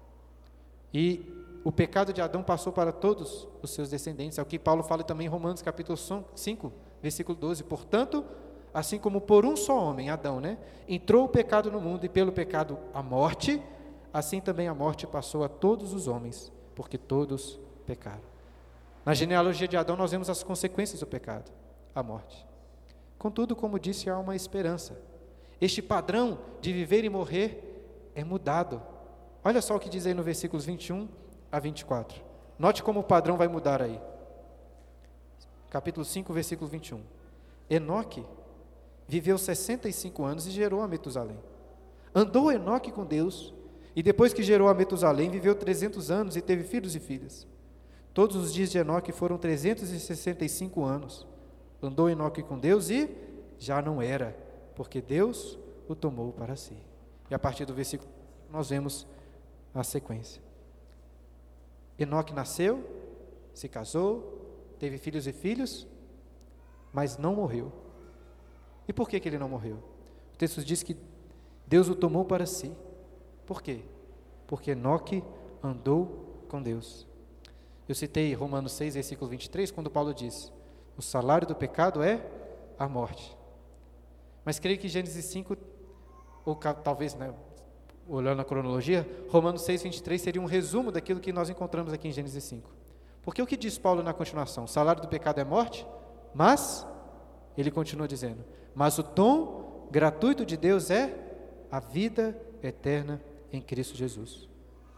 E o pecado de Adão passou para todos os seus descendentes. É o que Paulo fala também em Romanos capítulo cinco, versículo doze. Portanto, assim como por um só homem, Adão, né, entrou o pecado no mundo e pelo pecado a morte, assim também a morte passou a todos os homens, porque todos pecaram. Na genealogia de Adão nós vemos as consequências do pecado, a morte. Contudo, como disse, há uma esperança. Este padrão de viver e morrer é mudado. Olha só o que diz aí no versículos vinte e um a vinte e quatro. Note como o padrão vai mudar aí. Capítulo cinco, versículo vinte e um. Enoque viveu sessenta e cinco anos e gerou a Metusalém. Andou Enoque com Deus, e depois que gerou a Metusalém, viveu trezentos anos e teve filhos e filhas. Todos os dias de Enoque foram trezentos e sessenta e cinco anos. Andou Enoque com Deus e já não era, porque Deus o tomou para si. E a partir do versículo nós vemos a sequência. Enoque nasceu, se casou, teve filhos e filhos, mas não morreu. E por que que ele não morreu? O texto diz que Deus o tomou para si. Por quê? Porque Enoque andou com Deus. Eu citei Romanos seis, versículo vinte e três, quando Paulo diz: o salário do pecado é a morte. Mas creio que Gênesis cinco, ou talvez, né, olhando a cronologia, Romanos seis, vinte e três seria um resumo daquilo que nós encontramos aqui em Gênesis cinco. Porque o que diz Paulo na continuação? O salário do pecado é morte, mas, ele continua dizendo, mas o dom gratuito de Deus é a vida eterna em Cristo Jesus.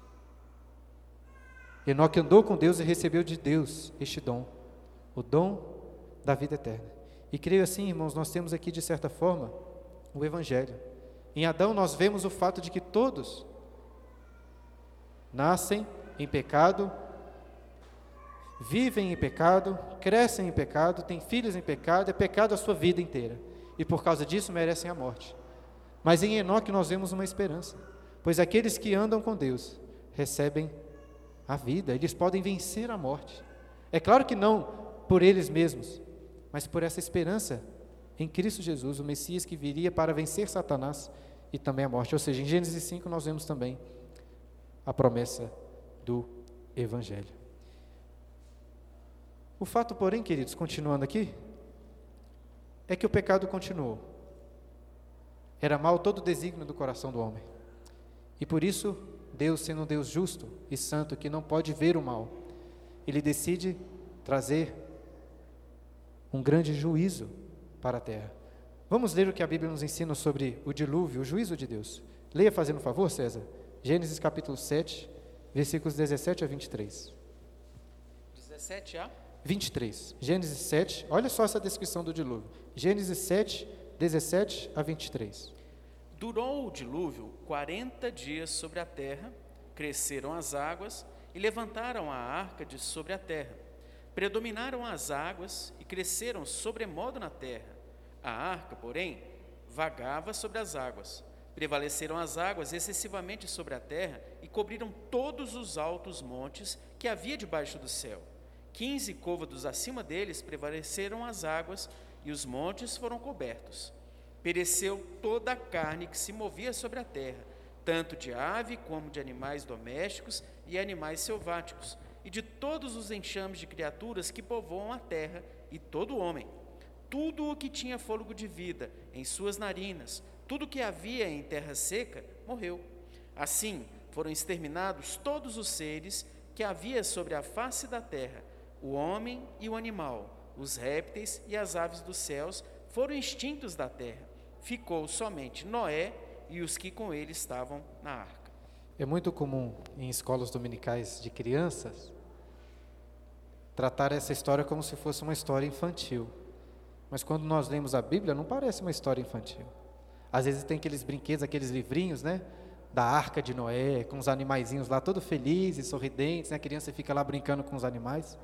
Enoque andou com Deus e recebeu de Deus este dom, o dom da vida eterna. E creio assim, irmãos, nós temos aqui, de certa forma, o Evangelho. Em Adão nós vemos o fato de que todos nascem em pecado, vivem em pecado, crescem em pecado, têm filhos em pecado, é pecado a sua vida inteira. E por causa disso merecem a morte. Mas em Enoque nós vemos uma esperança, pois aqueles que andam com Deus recebem a vida, eles podem vencer a morte. É claro que não por eles mesmos, mas por essa esperança em Cristo Jesus, o Messias que viria para vencer Satanás e também a morte. Ou seja, em Gênesis cinco nós vemos também a promessa do Evangelho. O fato, porém, queridos, continuando aqui, é que o pecado continuou. Era mal todo o desígnio do coração do homem. E por isso, Deus, sendo um Deus justo e santo, que não pode ver o mal, Ele decide trazer um grande juízo para a terra. Vamos ler o que a Bíblia nos ensina sobre o dilúvio, o juízo de Deus. Leia fazendo um favor, César. Gênesis capítulo sete, versículos dezessete a vinte e três. dezessete a? vinte e três. Gênesis sete, olha só essa descrição do dilúvio. Gênesis sete, dezessete a vinte e três. Durou o dilúvio quarenta dias sobre a terra, cresceram as águas e levantaram a arca de sobre a terra. Predominaram as águas e cresceram sobremodo na terra. A arca, porém, vagava sobre as águas. Prevaleceram as águas excessivamente sobre a terra e cobriram todos os altos montes que havia debaixo do céu. Quinze côvados acima deles prevaleceram as águas e os montes foram cobertos. Pereceu toda a carne que se movia sobre a terra, tanto de ave como de animais domésticos e animais selváticos, e de todos os enxames de criaturas que povoam a terra, e todo homem. Tudo o que tinha fôlego de vida em suas narinas, tudo o que havia em terra seca, morreu. Assim foram exterminados todos os seres que havia sobre a face da terra, o homem e o animal, os répteis e as aves dos céus foram extintos da terra. Ficou somente Noé e os que com ele estavam na arca. É muito comum em escolas dominicais de crianças tratar essa história como se fosse uma história infantil. Mas quando nós lemos a Bíblia, não parece uma história infantil. Às vezes tem aqueles brinquedos, aqueles livrinhos, né? Da arca de Noé, com os animaizinhos lá, todo felizes, sorridentes, né? A criança fica lá brincando com os animais.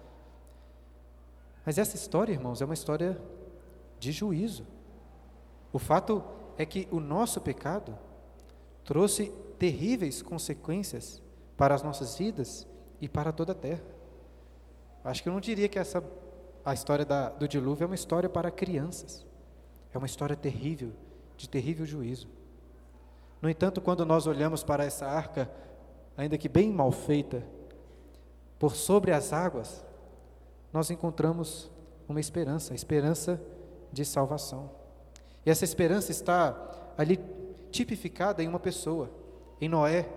Mas essa história, irmãos, é uma história de juízo. O fato é que o nosso pecado trouxe terríveis consequências para as nossas vidas e para toda a terra. Acho que eu não diria que essa, a história da, do dilúvio é uma história para crianças. É uma história terrível, de terrível juízo. No entanto, quando nós olhamos para essa arca, ainda que bem mal feita, por sobre as águas, nós encontramos uma esperança, a esperança de salvação. E essa esperança está ali tipificada em uma pessoa, em Noé.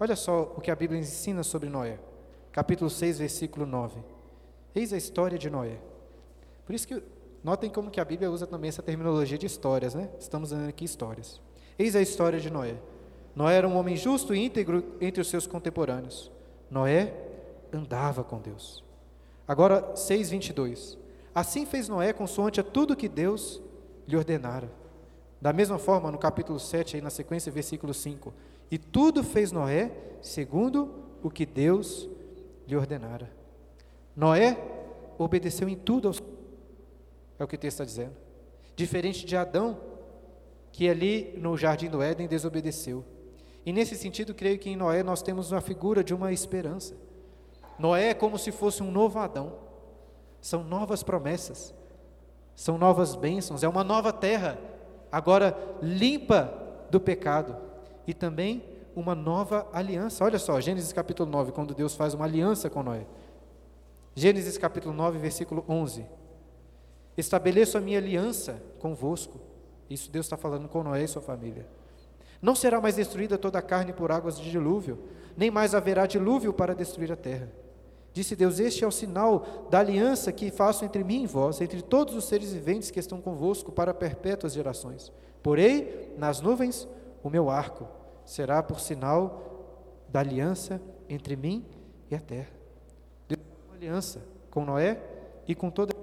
olha só o que a Bíblia ensina sobre Noé. Capítulo seis, versículo nove. Eis a história de Noé. Por isso que, notem como que a Bíblia usa também essa terminologia de histórias, né? Estamos dando aqui histórias. Eis a história de Noé. Noé era um homem justo e íntegro entre os seus contemporâneos. Noé andava com Deus. Agora, seis, vinte e dois. Assim fez Noé consoante a tudo que Deus lhe ordenara. Da mesma forma, no capítulo sete, aí na sequência, versículo cinco. E tudo fez Noé segundo o que Deus lhe ordenara. Noé obedeceu em tudo aos... É o que o texto está dizendo. Diferente de Adão, que ali no jardim do Éden desobedeceu. E nesse sentido, creio que em Noé nós temos uma figura de uma esperança. Noé é como se fosse um novo Adão. São novas promessas, são novas bênçãos, é uma nova terra, agora limpa do pecado, e também uma nova aliança. Olha só, Gênesis capítulo nove, quando Deus faz uma aliança com Noé. Gênesis capítulo nove, versículo onze. Estabeleço a minha aliança convosco. Isso Deus está falando com Noé e sua família. Não será mais destruída toda a carne por águas de dilúvio, nem mais haverá dilúvio para destruir a terra. Disse Deus: este é o sinal da aliança que faço entre mim e vós, entre todos os seres viventes que estão convosco para perpétuas gerações. Porei nas nuvens o meu arco, será por sinal da aliança entre mim e a terra. Deus fez uma aliança com Noé e com toda...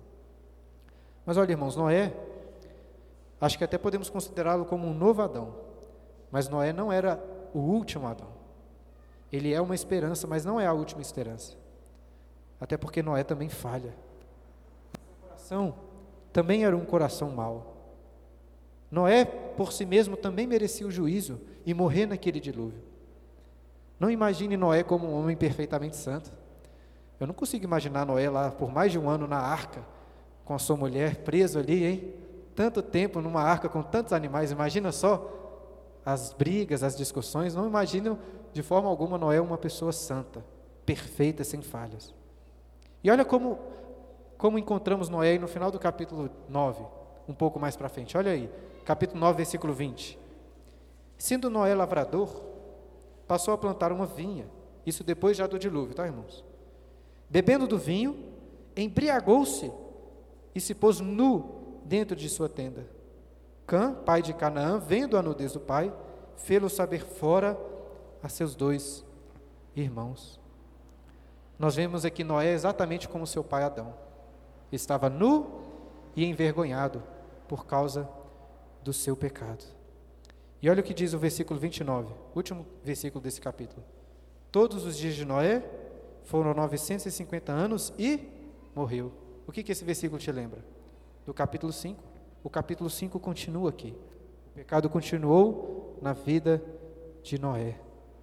Mas olha, irmãos, Noé, acho que até podemos considerá-lo como um novo Adão, mas Noé não era o último Adão. Ele é uma esperança, mas não é a última esperança. Até porque Noé também falha. O coração também era um coração mau. Noé, por si mesmo, também merecia o juízo e morrer naquele dilúvio. Não imagine Noé como um homem perfeitamente santo. Eu não consigo imaginar Noé lá por mais de um ano na arca, com a sua mulher preso ali, hein? Tanto tempo numa arca com tantos animais. Imagina só as brigas, as discussões. Não imagino de forma alguma Noé uma pessoa santa, perfeita, sem falhas. E olha como, como encontramos Noé no final do capítulo nove, um pouco mais para frente. Olha aí, capítulo nove, versículo vinte. Sendo Noé lavrador, passou a plantar uma vinha. Isso depois já do dilúvio, tá, irmãos? Bebendo do vinho, embriagou-se e se pôs nu dentro de sua tenda. Cã, pai de Canaã, vendo a nudez do pai, fê-lo saber fora a seus dois irmãos. Nós vemos aqui Noé exatamente como seu pai Adão. Estava nu e envergonhado por causa do seu pecado. E olha o que diz o versículo vinte e nove, último versículo desse capítulo. Todos os dias de Noé foram novecentos e cinquenta anos e morreu. O que, que esse versículo te lembra? Do capítulo cinco. O capítulo cinco continua aqui. O pecado continuou na vida de Noé.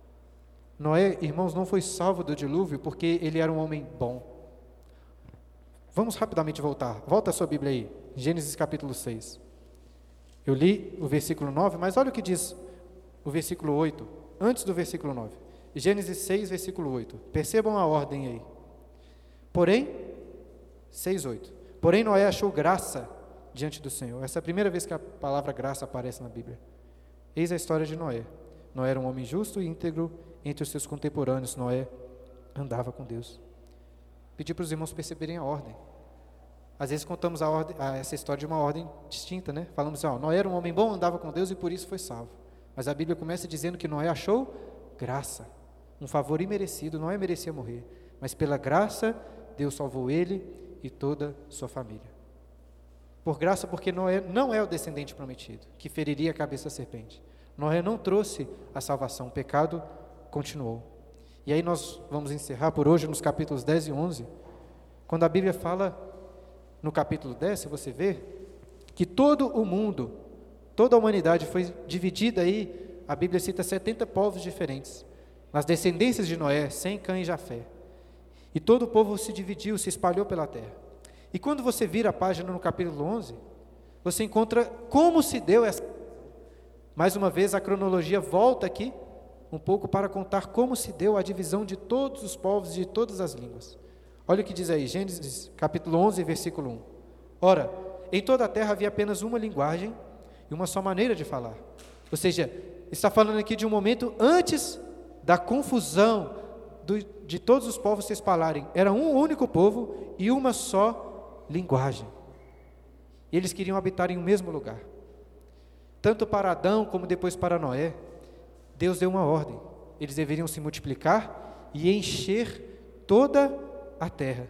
Noé, irmãos, não foi salvo do dilúvio porque ele era um homem bom. Vamos rapidamente voltar. Volta a sua Bíblia aí, Gênesis capítulo seis. Eu li o versículo nove, mas olha o que diz o versículo oito, antes do versículo nove. Gênesis seis, versículo oito. Percebam a ordem aí. Porém, seis, oito. Porém, Noé achou graça diante do Senhor. Essa é a primeira vez que a palavra graça aparece na Bíblia. Eis a história de Noé. Noé era um homem justo e íntegro entre os seus contemporâneos. Noé andava com Deus. Pedi para os irmãos perceberem a ordem. Às vezes contamos a ordem, a essa história de uma ordem distinta, né? Falamos assim, ó, Noé era um homem bom, andava com Deus e por isso foi salvo. Mas a Bíblia começa dizendo que Noé achou graça, um favor imerecido. Noé merecia morrer, mas pela graça Deus salvou ele e toda a sua família. Por graça, porque Noé não é o descendente prometido, que feriria a cabeça da serpente. Noé não trouxe a salvação, o pecado continuou. E aí nós vamos encerrar por hoje nos capítulos dez e onze, quando a Bíblia fala, no capítulo dez, se você ver, que todo o mundo, toda a humanidade foi dividida aí, a Bíblia cita setenta povos diferentes, nas descendências de Noé, Sem, Cã e Jafé. E todo o povo se dividiu, se espalhou pela terra. E quando você vira a página no capítulo onze, você encontra como se deu essa... Mais uma vez a cronologia volta aqui, um pouco para contar como se deu a divisão de todos os povos e de todas as línguas. Olha o que diz aí, Gênesis capítulo onze, versículo um. Ora, em toda a terra havia apenas uma linguagem e uma só maneira de falar. Ou seja, está falando aqui de um momento antes da confusão do, de todos os povos se espalharem. Era um único povo e uma só linguagem. E eles queriam habitar em um mesmo lugar. Tanto para Adão como depois para Noé, Deus deu uma ordem. Eles deveriam se multiplicar e encher toda a terra.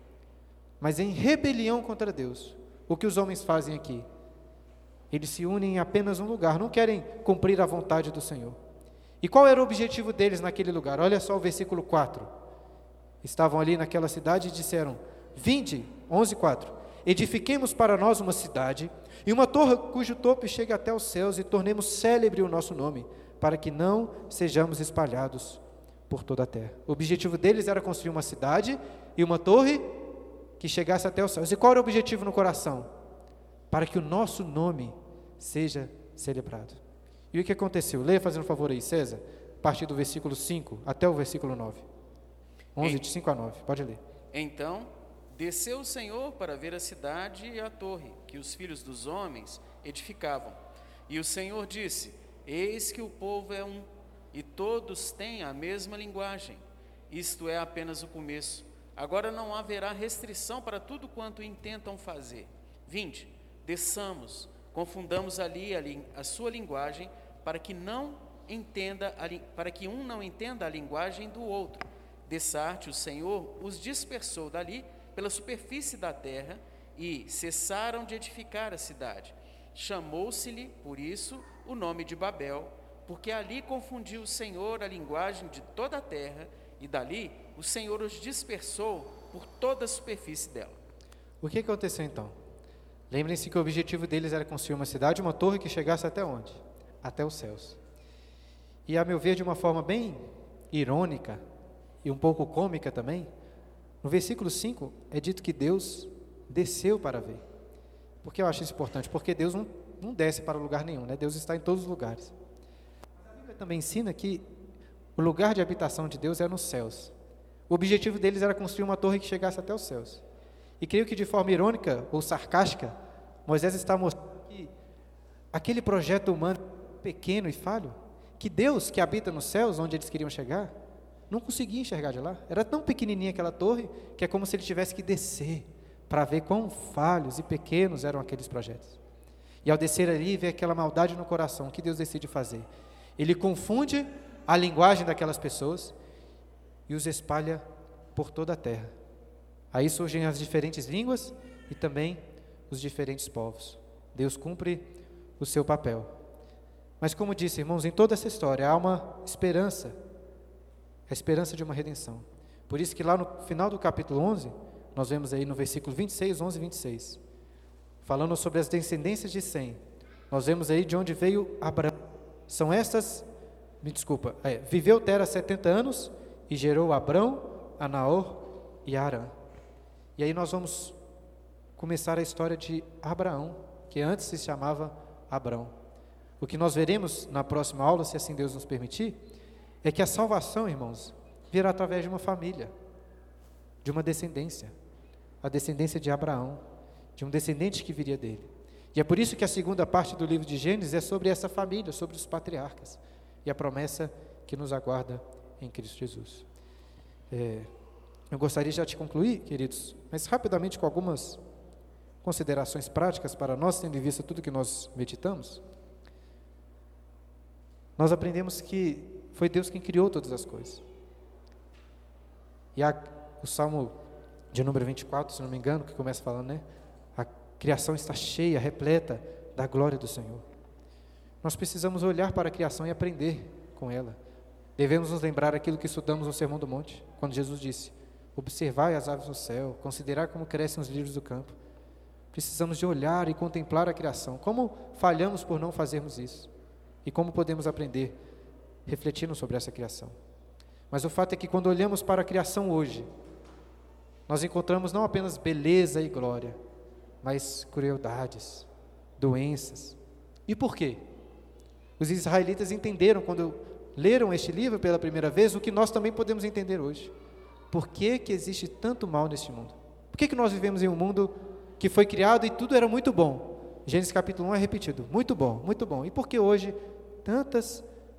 Mas em rebelião contra Deus, o que os homens fazem aqui? Eles se unem em apenas um lugar, não querem cumprir a vontade do Senhor. E qual era o objetivo deles naquele lugar? Olha só o versículo quatro. Estavam ali naquela cidade e disseram, vinde, onze, quatro, edifiquemos para nós uma cidade e uma torre cujo topo chegue até os céus e tornemos célebre o nosso nome, para que não sejamos espalhados por toda a terra. O objetivo deles era construir uma cidade e uma torre que chegasse até os céus. E qual era o objetivo no coração? Para que o nosso nome seja celebrado. E o que aconteceu? Leia fazendo um favor aí, César, a partir do versículo cinco até o versículo nove. onze, de cinco a nove, pode ler. Então, desceu o Senhor para ver a cidade e a torre, que os filhos dos homens edificavam. E o Senhor disse, eis que o povo é um, e todos têm a mesma linguagem. Isto é apenas o começo. Agora não haverá restrição para tudo quanto intentam fazer. Vinde, desçamos, confundamos ali a, a sua linguagem, para que não entenda a, para que um não entenda a linguagem do outro. Dessarte o Senhor os dispersou dali pela superfície da terra e cessaram de edificar a cidade. Chamou-se-lhe, por isso, o nome de Babel, porque ali confundiu o Senhor a linguagem de toda a terra e dali o Senhor os dispersou por toda a superfície dela. O que aconteceu então? Lembrem-se que o objetivo deles era construir uma cidade, uma torre que chegasse até onde? Até os céus. E a meu ver, de uma forma bem irônica e um pouco cômica também, no versículo cinco é dito que Deus desceu para ver. Por que eu acho isso importante? Porque Deus não, não desce para lugar nenhum, né? Deus está em todos os lugares. A Bíblia também ensina que o lugar de habitação de Deus é nos céus. O objetivo deles era construir uma torre que chegasse até os céus. E creio que de forma irônica ou sarcástica, Moisés está mostrando que aquele projeto humano pequeno e falho, que Deus que habita nos céus, onde eles queriam chegar, não conseguia enxergar de lá. Era tão pequenininha aquela torre, que é como se ele tivesse que descer, para ver quão falhos e pequenos eram aqueles projetos. E ao descer ali, vê aquela maldade no coração, o que Deus decide fazer? Ele confunde a linguagem daquelas pessoas e os espalha por toda a terra. Aí surgem as diferentes línguas e também os diferentes povos. Deus cumpre o seu papel. Mas como disse, irmãos, em toda essa história há uma esperança, a esperança de uma redenção. Por isso que lá no final do capítulo onze, nós vemos aí no versículo vinte e seis, onze e vinte e seis, falando sobre as descendências de Sem, nós vemos aí de onde veio Abraão. São estas, me desculpa, é, viveu Tera setenta anos e gerou Abrão, a Naor e a Arã. E aí nós vamos começar a história de Abraão, que antes se chamava Abrão. O que nós veremos na próxima aula, se assim Deus nos permitir, é que a salvação, irmãos, virá através de uma família, de uma descendência, a descendência de Abraão, de um descendente que viria dele. E é por isso que a segunda parte do livro de Gênesis é sobre essa família, sobre os patriarcas, e a promessa que nos aguarda em Cristo Jesus. É, eu gostaria já de concluir, queridos, mas rapidamente com algumas considerações práticas para nós, tendo em vista tudo que nós meditamos. Nós aprendemos que foi Deus quem criou todas as coisas. E a, o Salmo de número vinte e quatro, se não me engano, que começa falando, né? A criação está cheia, repleta da glória do Senhor. Nós precisamos olhar para a criação e aprender com ela. Devemos nos lembrar aquilo que estudamos no Sermão do Monte, quando Jesus disse, observai as aves do céu, considerar como crescem os lírios do campo. Precisamos de olhar e contemplar a criação. Como falhamos por não fazermos isso? E como podemos aprender refletindo sobre essa criação? Mas o fato é que quando olhamos para a criação hoje, nós encontramos não apenas beleza e glória, mas crueldades, doenças. E por quê? Os israelitas entenderam, quando leram este livro pela primeira vez, o que nós também podemos entender hoje. Por que que existe tanto mal neste mundo? Por que que nós vivemos em um mundo que foi criado e tudo era muito bom? Gênesis capítulo um é repetido, muito bom, muito bom. E por que hoje tantas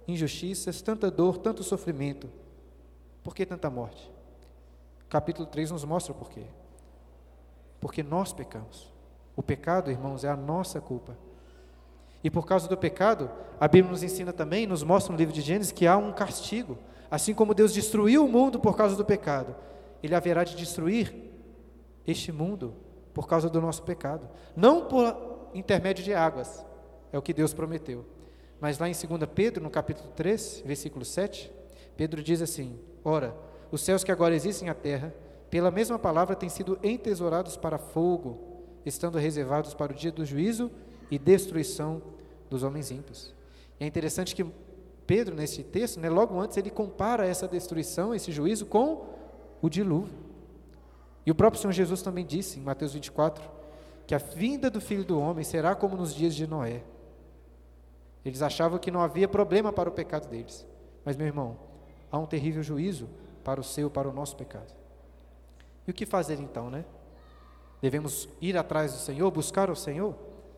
injustiças, tanta dor, tanto sofrimento? Por que tanta morte? Capítulo três nos mostra o porquê. Porque nós pecamos. O pecado, irmãos, é a nossa culpa. E por causa do pecado, a Bíblia nos ensina também, nos mostra no livro de Gênesis, que há um castigo. Assim como Deus destruiu o mundo por causa do pecado, Ele haverá de destruir este mundo por causa do nosso pecado. Não por intermédio de águas, é o que Deus prometeu. Mas lá em dois Pedro, no capítulo três, versículo sete, Pedro diz assim: ora, os céus que agora existem na terra, pela mesma palavra têm sido entesourados para fogo, estando reservados para o dia do juízo e destruição dos homens ímpios. E é interessante que Pedro, nesse texto, né, logo antes, ele compara essa destruição, esse juízo, com o dilúvio. E o próprio Senhor Jesus também disse, em Mateus vinte e quatro, que a vinda do Filho do Homem será como nos dias de Noé. Eles achavam que não havia problema para o pecado deles. Mas, meu irmão, há um terrível juízo para o seu, para o nosso pecado. E o que fazer então, né? Devemos ir atrás do Senhor, buscar o Senhor?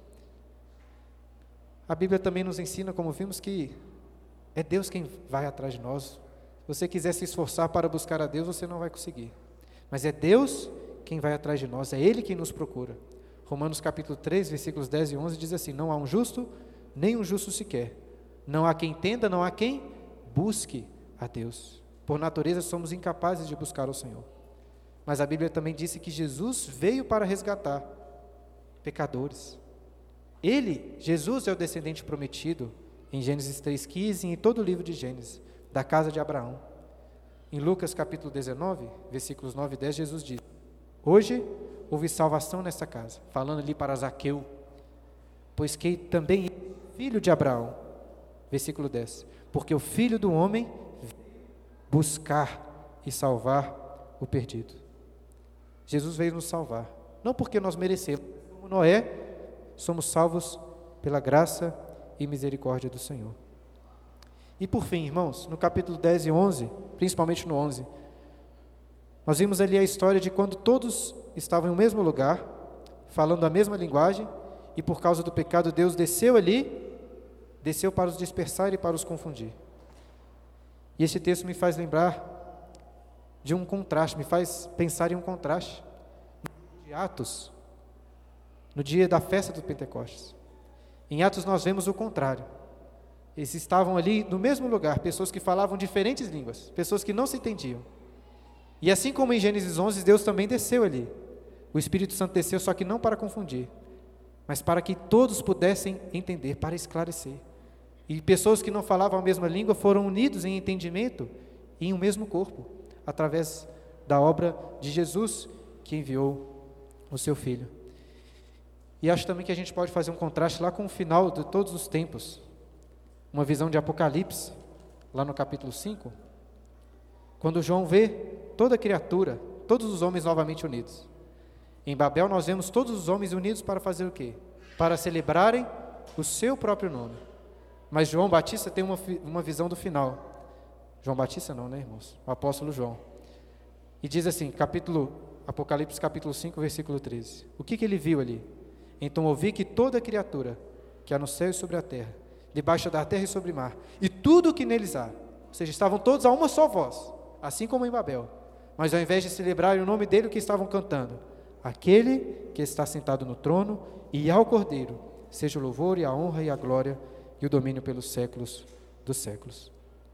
A Bíblia também nos ensina, como vimos, que é Deus quem vai atrás de nós. Se você quiser se esforçar para buscar a Deus, você não vai conseguir. Mas é Deus quem vai atrás de nós, é Ele quem nos procura. Romanos capítulo três, versículos dez e onze diz assim: não há um justo, nem um justo sequer. Não há quem entenda, não há quem busque a Deus. Por natureza somos incapazes de buscar o Senhor. Mas a Bíblia também disse que Jesus veio para resgatar pecadores. Ele, Jesus, é o descendente prometido, em Gênesis três, quinze, e em todo o livro de Gênesis, da casa de Abraão. Em Lucas capítulo dezenove, versículos nove e dez, Jesus diz: hoje houve salvação nesta casa, falando ali para Zaqueu, pois que também é filho de Abraão. Versículo dez, porque o Filho do Homem veio buscar e salvar o perdido. Jesus veio nos salvar, não porque nós merecemos, como Noé, somos salvos pela graça e misericórdia do Senhor. E por fim, irmãos, no capítulo dez e onze, principalmente no onze, nós vimos ali a história de quando todos estavam no mesmo lugar, falando a mesma linguagem, e por causa do pecado Deus desceu ali, desceu para os dispersar e para os confundir. E esse texto me faz lembrar de um contraste, me faz pensar em um contraste de Atos, no dia da festa do Pentecostes. Em Atos nós vemos o contrário. Eles estavam ali no mesmo lugar, pessoas que falavam diferentes línguas, pessoas que não se entendiam. E assim como em Gênesis onze, Deus também desceu ali. O Espírito Santo desceu, só que não para confundir, mas para que todos pudessem entender, para esclarecer. E pessoas que não falavam a mesma língua foram unidos em entendimento e em um mesmo corpo, através da obra de Jesus, que enviou o seu Filho. E acho também que a gente pode fazer um contraste lá com o final de todos os tempos. Uma visão de Apocalipse, lá no capítulo cinco, quando João vê toda a criatura, todos os homens novamente unidos. Em Babel nós vemos todos os homens unidos para fazer o quê? Para celebrarem o seu próprio nome. Mas João Batista tem uma, uma visão do final. João Batista não, né, irmãos? O apóstolo João. E diz assim, capítulo, Apocalipse capítulo cinco, versículo treze. O que, que ele viu ali? Então ouvi que toda criatura que há no céu e sobre a terra, debaixo da terra e sobre o mar, e tudo o que neles há, ou seja, estavam todos a uma só voz, assim como em Babel, mas ao invés de celebrarem o nome dele, o que estavam cantando? Aquele que está sentado no trono e ao Cordeiro, seja o louvor e a honra e a glória e o domínio pelos séculos dos séculos.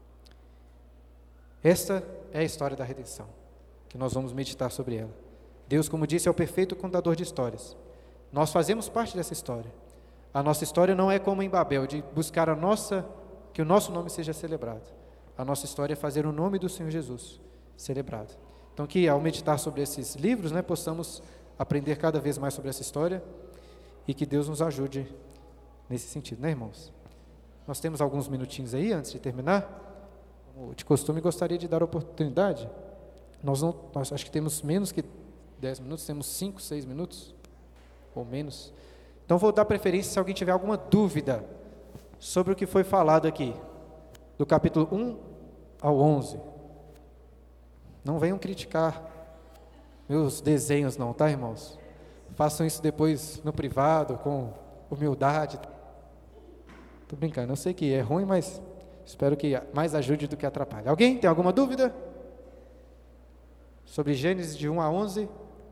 Esta é a história da redenção, que nós vamos meditar sobre ela. Deus, como disse, é o perfeito contador de histórias. Nós fazemos parte dessa história. A nossa história não é como em Babel, de buscar a nossa, que o nosso nome seja celebrado. A nossa história é fazer o nome do Senhor Jesus celebrado. Então que ao meditar sobre esses livros, né, possamos aprender cada vez mais sobre essa história e que Deus nos ajude nesse sentido, né, irmãos? Nós temos alguns minutinhos aí antes de terminar. Como de costume, gostaria de dar oportunidade. Nós não, nós acho que temos menos que dez minutos, temos cinco, seis minutos ou menos. Então vou dar preferência se alguém tiver alguma dúvida sobre o que foi falado aqui, do capítulo um ao onze. Não venham criticar meus desenhos não, tá, irmãos? Façam isso depois no privado, com humildade. Tô brincando, eu sei que é ruim, mas Espero que mais ajude do que atrapalhe. Alguém tem alguma dúvida? Sobre Gênesis de um a onze?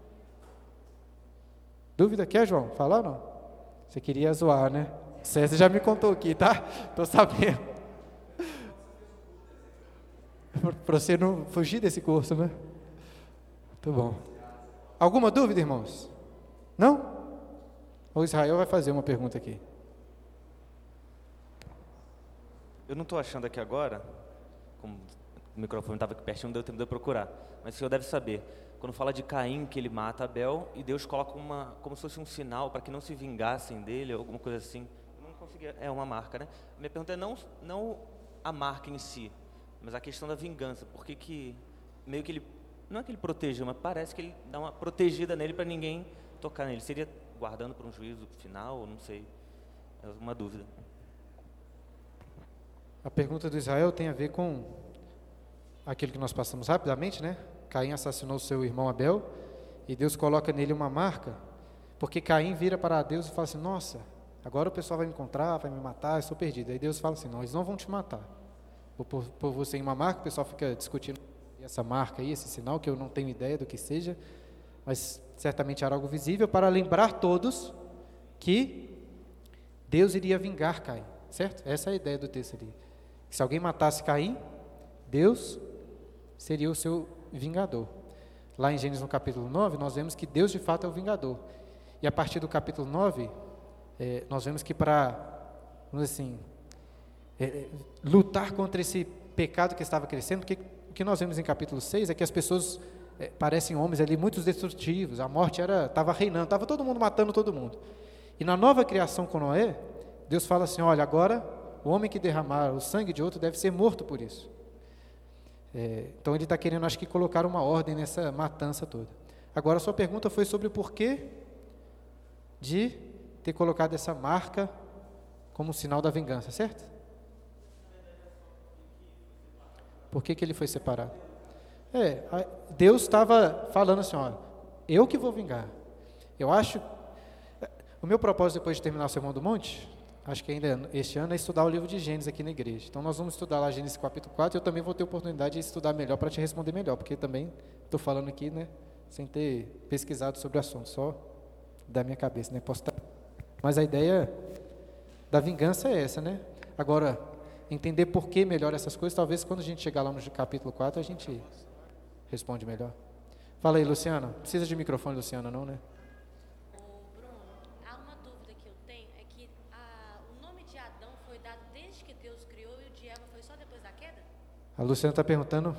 Dúvida? Quer, João? Falar ou não? Você queria zoar, né? César já me contou aqui, tá? Estou sabendo. Para você não fugir desse curso, né? Muito bom. Alguma dúvida, irmãos? Não? O Israel vai fazer uma pergunta aqui. Eu não estou achando aqui agora, como o microfone estava aqui pertinho, não deu tempo de eu procurar, mas o senhor deve saber, quando fala de Caim, que ele mata Abel, e Deus coloca uma, como se fosse um sinal para que não se vingassem dele, alguma coisa assim. Eu não conseguia, é uma marca, né? Minha pergunta é não, não a marca em si, mas a questão da vingança. Por que que, meio que ele, não é que ele protegeu, mas parece que ele dá uma protegida nele para ninguém tocar nele. Seria guardando para um juízo final, não sei, é uma dúvida. A pergunta do Israel tem a ver com aquilo que nós passamos rapidamente, né? Caim assassinou seu irmão Abel e Deus coloca nele uma marca, porque Caim vira para Deus e fala assim, nossa, agora o pessoal vai me encontrar, vai me matar, eu estou perdido. Aí Deus fala assim, não, eles não vão te matar. Por, por você em uma marca, o pessoal fica discutindo essa marca aí, esse sinal, que eu não tenho ideia do que seja, mas certamente era algo visível para lembrar todos que Deus iria vingar Caim, certo? Essa é a ideia do texto ali. Se alguém matasse Caim, Deus seria o seu vingador. Lá em Gênesis no capítulo nove, nós vemos que Deus de fato é o vingador. E a partir do capítulo nove, é, nós vemos que para, vamos dizer assim, é, lutar contra esse pecado que estava crescendo, porque o que nós vemos em capítulo seis é que as pessoas é, parecem homens ali muito destrutivos, a morte era, estava reinando, estava todo mundo matando todo mundo. E na nova criação com Noé, Deus fala assim, olha, agora o homem que derramar o sangue de outro deve ser morto por isso. É, então ele está querendo, acho que, colocar uma ordem nessa matança toda. Agora a sua pergunta foi sobre o porquê de ter colocado essa marca como sinal da vingança, certo? Por que que ele foi separado? É, Deus estava falando assim, olha, eu que vou vingar. Eu acho, o meu propósito depois de terminar o Sermão do Monte, acho que ainda este ano, é estudar o livro de Gênesis aqui na igreja. Então nós vamos estudar lá Gênesis capítulo quatro, e eu também vou ter oportunidade de estudar melhor para te responder melhor, porque também estou falando aqui, né, sem ter pesquisado sobre o assunto, só da minha cabeça, né, posso estar... Mas a ideia da vingança é essa, né? Agora, entender por que melhor essas coisas, talvez quando a gente chegar lá no capítulo quatro, a gente responde melhor. Fala aí, Luciana. Precisa de microfone, Luciana, não, né? Ô, Bruno, há uma dúvida que eu tenho, é que a, o nome de Adão foi dado desde que Deus criou e o de Eva foi só depois da queda? A Luciana está perguntando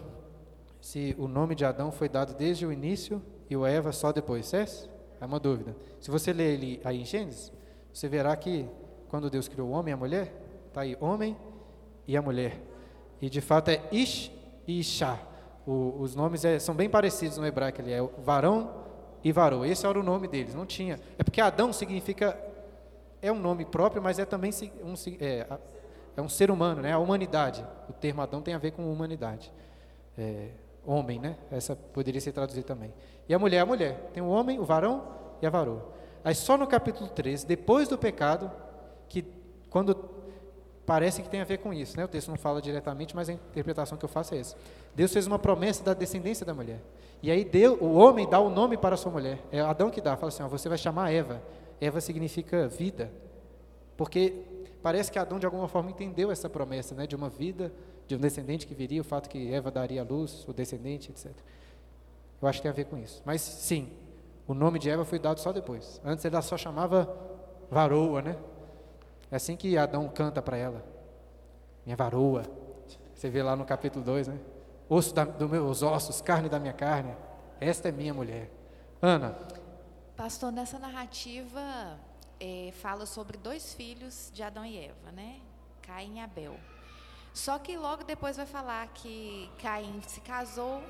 se o nome de Adão foi dado desde o início e o Eva só depois, certo? É uma dúvida. Se você ler ele aí em Gênesis, você verá que quando Deus criou o homem e a mulher, está aí, homem e a mulher. E de fato é Ish e Ishá. O, os nomes é, são bem parecidos no hebraico, ele é varão e varô. Esse era o nome deles, não tinha. É porque Adão significa, é um nome próprio, mas é também um, é, é um ser humano, né? A humanidade. O termo Adão tem a ver com humanidade. É, homem, né? Essa poderia ser traduzida também. E a mulher é a mulher. Tem o homem, o varão e a varô. Aí só no capítulo três, depois do pecado, que quando parece que tem a ver com isso, né? O texto não fala diretamente, mas a interpretação que eu faço é essa. Deus fez uma promessa da descendência da mulher. E aí Deus, o homem dá o nome para a sua mulher. É Adão que dá, fala assim, ó, você vai chamar Eva. Eva significa vida. Porque parece que Adão de alguma forma entendeu essa promessa, né? De uma vida, de um descendente que viria, o fato que Eva daria à luz, o descendente, etcétera. Eu acho que tem a ver com isso. Mas sim, o nome de Eva foi dado só depois. Antes ela só chamava varoa, né? É assim que Adão canta para ela. Minha varoa. Você vê lá no capítulo dois, né? Osso da, dos meus ossos, carne da minha carne. Esta é minha mulher. Ana. Pastor, nessa narrativa é, fala sobre dois filhos de Adão e Eva, né? Caim e Abel. Só que logo depois vai falar que Caim se casou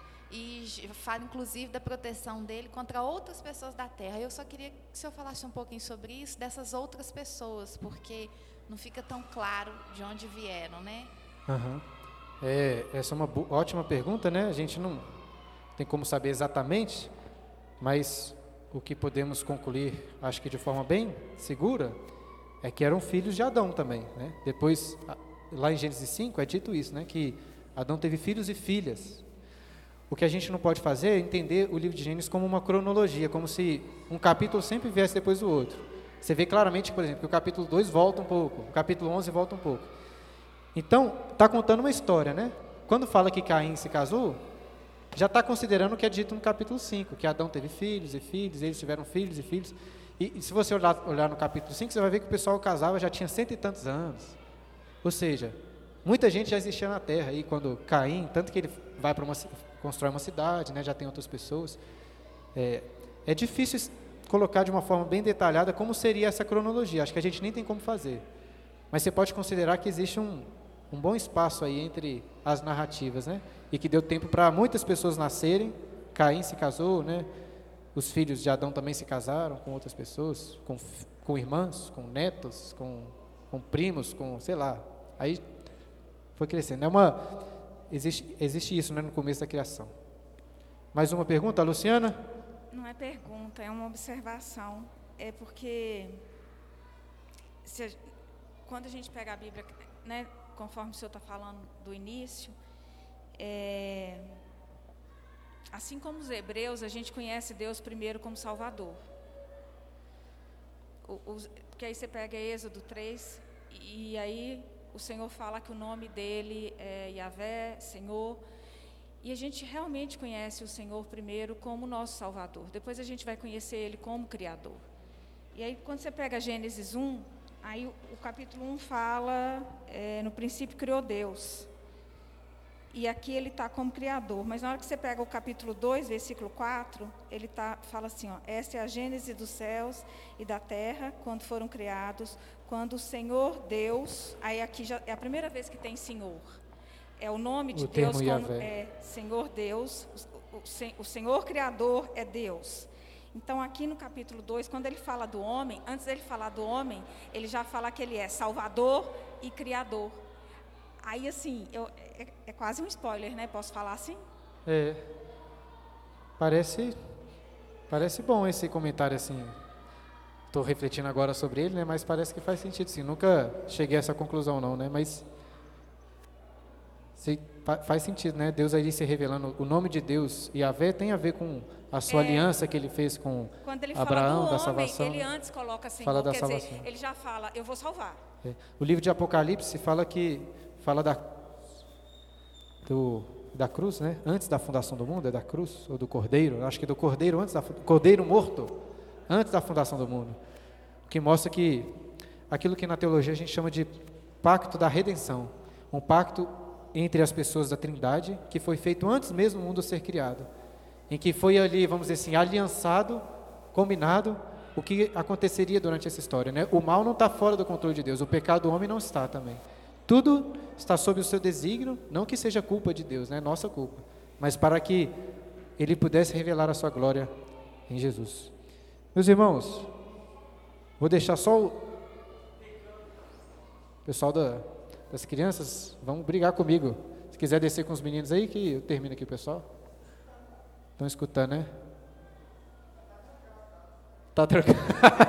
e fala inclusive da proteção dele contra outras pessoas da terra. Eu só queria que o senhor falasse um pouquinho sobre isso, dessas outras pessoas, porque não fica tão claro de onde vieram, né? Uhum. É, essa é uma ótima pergunta, né? A gente não tem como saber exatamente, mas o que podemos concluir, acho que de forma bem segura, é que eram filhos de Adão também, né? Depois lá em Gênesis cinco é dito isso, né, que Adão teve filhos e filhas. O que a gente não pode fazer é entender o livro de Gênesis como uma cronologia, como se um capítulo sempre viesse depois do outro. Você vê claramente, por exemplo, que o capítulo dois volta um pouco, o capítulo onze volta um pouco. Então, está contando uma história, né? Quando fala que Caim se casou, já está considerando o que é dito no capítulo cinco, que Adão teve filhos e filhos, eles tiveram filhos e filhos. E, e se você olhar, olhar no capítulo cinco, você vai ver que o pessoal casava já tinha cento e tantos anos. Ou seja, muita gente já existia na terra. E quando Caim, tanto que ele vai para uma constrói uma cidade, né, já tem outras pessoas. É, é difícil colocar de uma forma bem detalhada como seria essa cronologia. Acho que a gente nem tem como fazer. Mas você pode considerar que existe um, um bom espaço aí entre as narrativas, né? E que deu tempo para muitas pessoas nascerem. Caim se casou, né? Os filhos de Adão também se casaram com outras pessoas, com, com irmãs, com netos, com, com primos, com, sei lá. Aí foi crescendo. É uma, existe, existe isso, né, no começo da criação. Mais uma pergunta, Luciana? Não é pergunta, é uma observação. É porque se a, quando a gente pega a Bíblia, né, conforme o senhor está falando do início, é, assim como os hebreus, a gente conhece Deus primeiro como Salvador. O, o, porque aí você pega Êxodo três, e, e aí o Senhor fala que o nome dele é Yahvé, Senhor. E a gente realmente conhece o Senhor primeiro como nosso Salvador. Depois a gente vai conhecer Ele como Criador. E aí, quando você pega Gênesis um, aí o, o capítulo um fala, é, no princípio criou Deus. E aqui ele está como Criador. Mas na hora que você pega o capítulo dois, versículo quatro, ele tá, fala assim, ó, esta é a gênese dos céus e da terra, quando foram criados, quando o Senhor Deus, aí aqui já é a primeira vez que tem Senhor. É o nome de O Deus, termo como, Yahvé. é Senhor Deus, o, o, o Senhor Criador é Deus. Então, aqui no capítulo dois, quando ele fala do homem, antes dele falar do homem, ele já fala que ele é Salvador e Criador. Aí, assim, eu, é, é quase um spoiler, né? Posso falar assim? É. Parece, parece bom esse comentário, assim. Estou refletindo agora sobre ele, né? Mas parece que faz sentido, sim. Nunca cheguei a essa conclusão, não, né? Mas se, faz sentido, né? Deus aí se revelando. O nome de Deus, Yahvé, tem a ver com a sua É. aliança que ele fez com Quando ele Abraão, fala da do salvação. homem, ele antes coloca Senhor, Fala da quer salvação. dizer, ele já fala, eu vou salvar. É. O livro de Apocalipse fala que fala da do, da cruz, né? Antes da fundação do mundo, é da cruz ou do cordeiro? Acho que do cordeiro antes da cordeiro morto antes da fundação do mundo. O que mostra que aquilo que na teologia a gente chama de pacto da redenção, um pacto entre as pessoas da Trindade que foi feito antes mesmo do mundo ser criado, em que foi ali, vamos dizer assim, aliançado, combinado o que aconteceria durante essa história, né? O mal não está fora do controle de Deus, o pecado do homem não está também. Tudo está sob o seu desígnio, não que seja culpa de Deus, né? Nossa culpa, mas para que Ele pudesse revelar a sua glória em Jesus. Meus irmãos, vou deixar só o pessoal da, das crianças, vão brigar comigo. Se quiser descer com os meninos aí, que eu termino aqui, pessoal. Estão escutando, né? Tá trocando.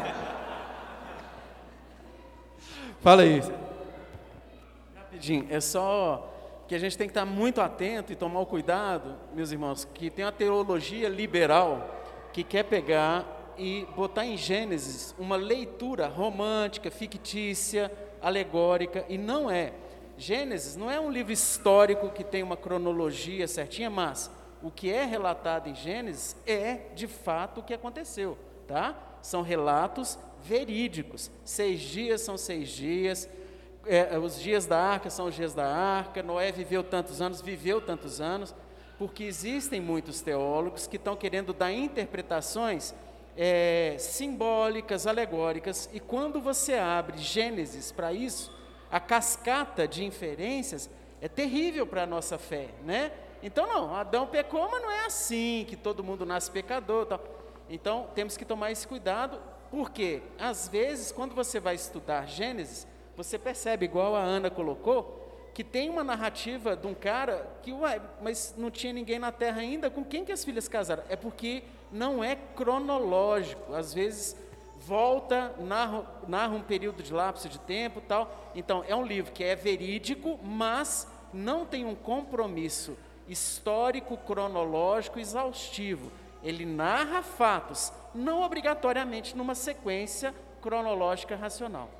Fala aí. Rapidinho, é só que a gente tem que estar muito atento e tomar o cuidado, meus irmãos, que tem uma teologia liberal que quer pegar e botar em Gênesis uma leitura romântica, fictícia, alegórica, e não é. Gênesis não é um livro histórico que tem uma cronologia certinha, mas o que é relatado em Gênesis é, de fato, o que aconteceu, tá? São relatos verídicos. Seis dias são seis dias, é, os dias da arca são os dias da arca, Noé viveu tantos anos, viveu tantos anos, porque existem muitos teólogos que estão querendo dar interpretações é, simbólicas, alegóricas, e quando você abre Gênesis para isso, a cascata de inferências é terrível para a nossa fé, né? Então, não, Adão pecou, mas não é assim, que todo mundo nasce pecador, tal. Então, temos que tomar esse cuidado, porque, às vezes, quando você vai estudar Gênesis, você percebe, igual a Ana colocou, que tem uma narrativa de um cara que, ué, mas não tinha ninguém na terra ainda, com quem que as filhas casaram? É porque não é cronológico, às vezes volta, narra, narra um período de lapso de tempo, tal. Então, é um livro que é verídico, mas não tem um compromisso histórico, cronológico, exaustivo. Ele narra fatos, não obrigatoriamente numa sequência cronológica racional.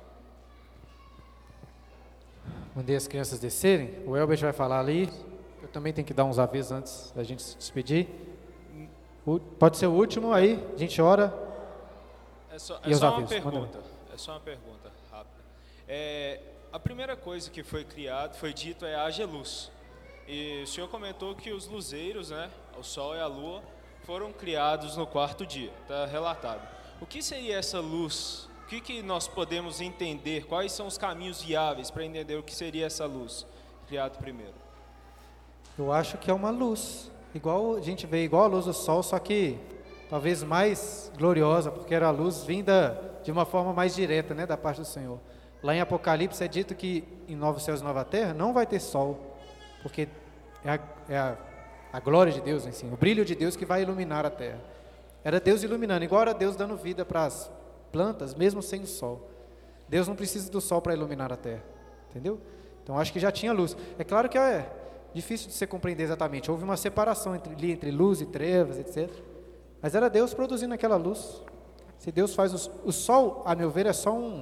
Mandei as crianças descerem, o Elbert vai falar ali, eu também tenho que dar uns avisos antes da gente se despedir. O, pode ser o último, aí a gente ora. É só, e é os só uma avisos. pergunta, é só uma pergunta rápida. É, a primeira coisa que foi criado, foi dito, é haja luz. E o senhor comentou que os luzeiros, né, o sol e a lua, foram criados no quarto dia, está relatado. O que seria essa luz? O que, que nós podemos entender? Quais são os caminhos viáveis para entender o que seria essa luz criada primeiro? Eu acho que é uma luz, igual a gente vê, igual a luz do sol, só que talvez mais gloriosa, porque era a luz vinda de uma forma mais direta, né, da parte do Senhor. Lá em Apocalipse é dito que em Novos Céus e Nova Terra não vai ter sol, porque é a, é a, a glória de Deus, assim, o brilho de Deus que vai iluminar a terra. Era Deus iluminando, igual era Deus dando vida para as plantas, mesmo sem o sol. Deus não precisa do sol para iluminar a terra, entendeu? Então acho que já tinha luz. É claro que é difícil de se compreender exatamente, houve uma separação entre, entre luz e trevas, etcétera. Mas era Deus produzindo aquela luz. Se Deus faz o, o sol, a meu ver, é só um,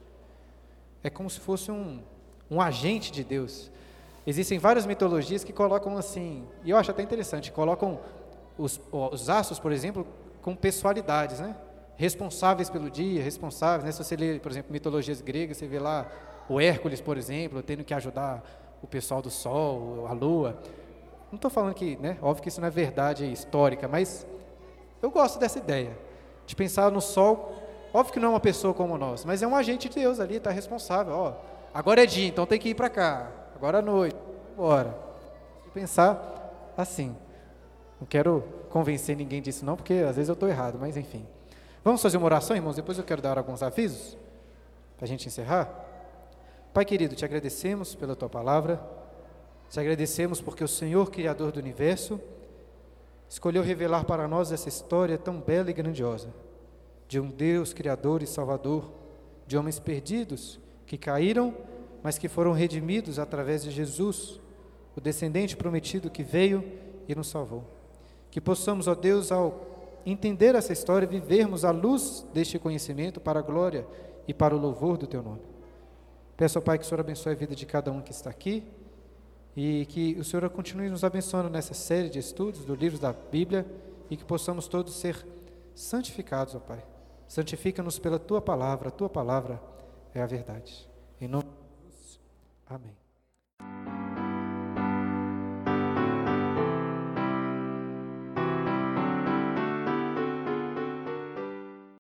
é como se fosse um, um agente de Deus. Existem várias mitologias que colocam assim, e eu acho até interessante, colocam os, os astros, por exemplo, com pessoalidades, né? Responsáveis pelo dia, responsáveis, né? Se você lê, por exemplo, mitologias gregas, você vê lá o Hércules, por exemplo, tendo que ajudar o pessoal do sol, a lua. Não estou falando que, né? Óbvio que isso não é verdade histórica, mas eu gosto dessa ideia, de pensar no sol. Óbvio que não é uma pessoa como nós, mas é um agente de Deus ali, está responsável. Ó, agora é dia, então tem que ir para cá. Agora à noite, bora. Pensar assim. Não quero convencer ninguém disso não, porque às vezes eu estou errado, mas enfim. Vamos fazer uma oração, irmãos? Depois eu quero dar alguns avisos, para a gente encerrar. Pai querido, te agradecemos pela tua palavra, te agradecemos porque o Senhor, Criador do Universo, escolheu revelar para nós essa história tão bela e grandiosa, de um Deus Criador e Salvador, de homens perdidos, que caíram, mas que foram redimidos através de Jesus, o descendente prometido que veio e nos salvou. Que possamos, ó Deus, ao entender essa história, vivermos à luz deste conhecimento para a glória e para o louvor do Teu nome. Peço ao Pai que o Senhor abençoe a vida de cada um que está aqui e que o Senhor continue nos abençoando nessa série de estudos do livro da Bíblia e que possamos todos ser santificados, ó Pai. Santifica-nos pela Tua palavra, a Tua palavra é a verdade. Em nome de Jesus, amém.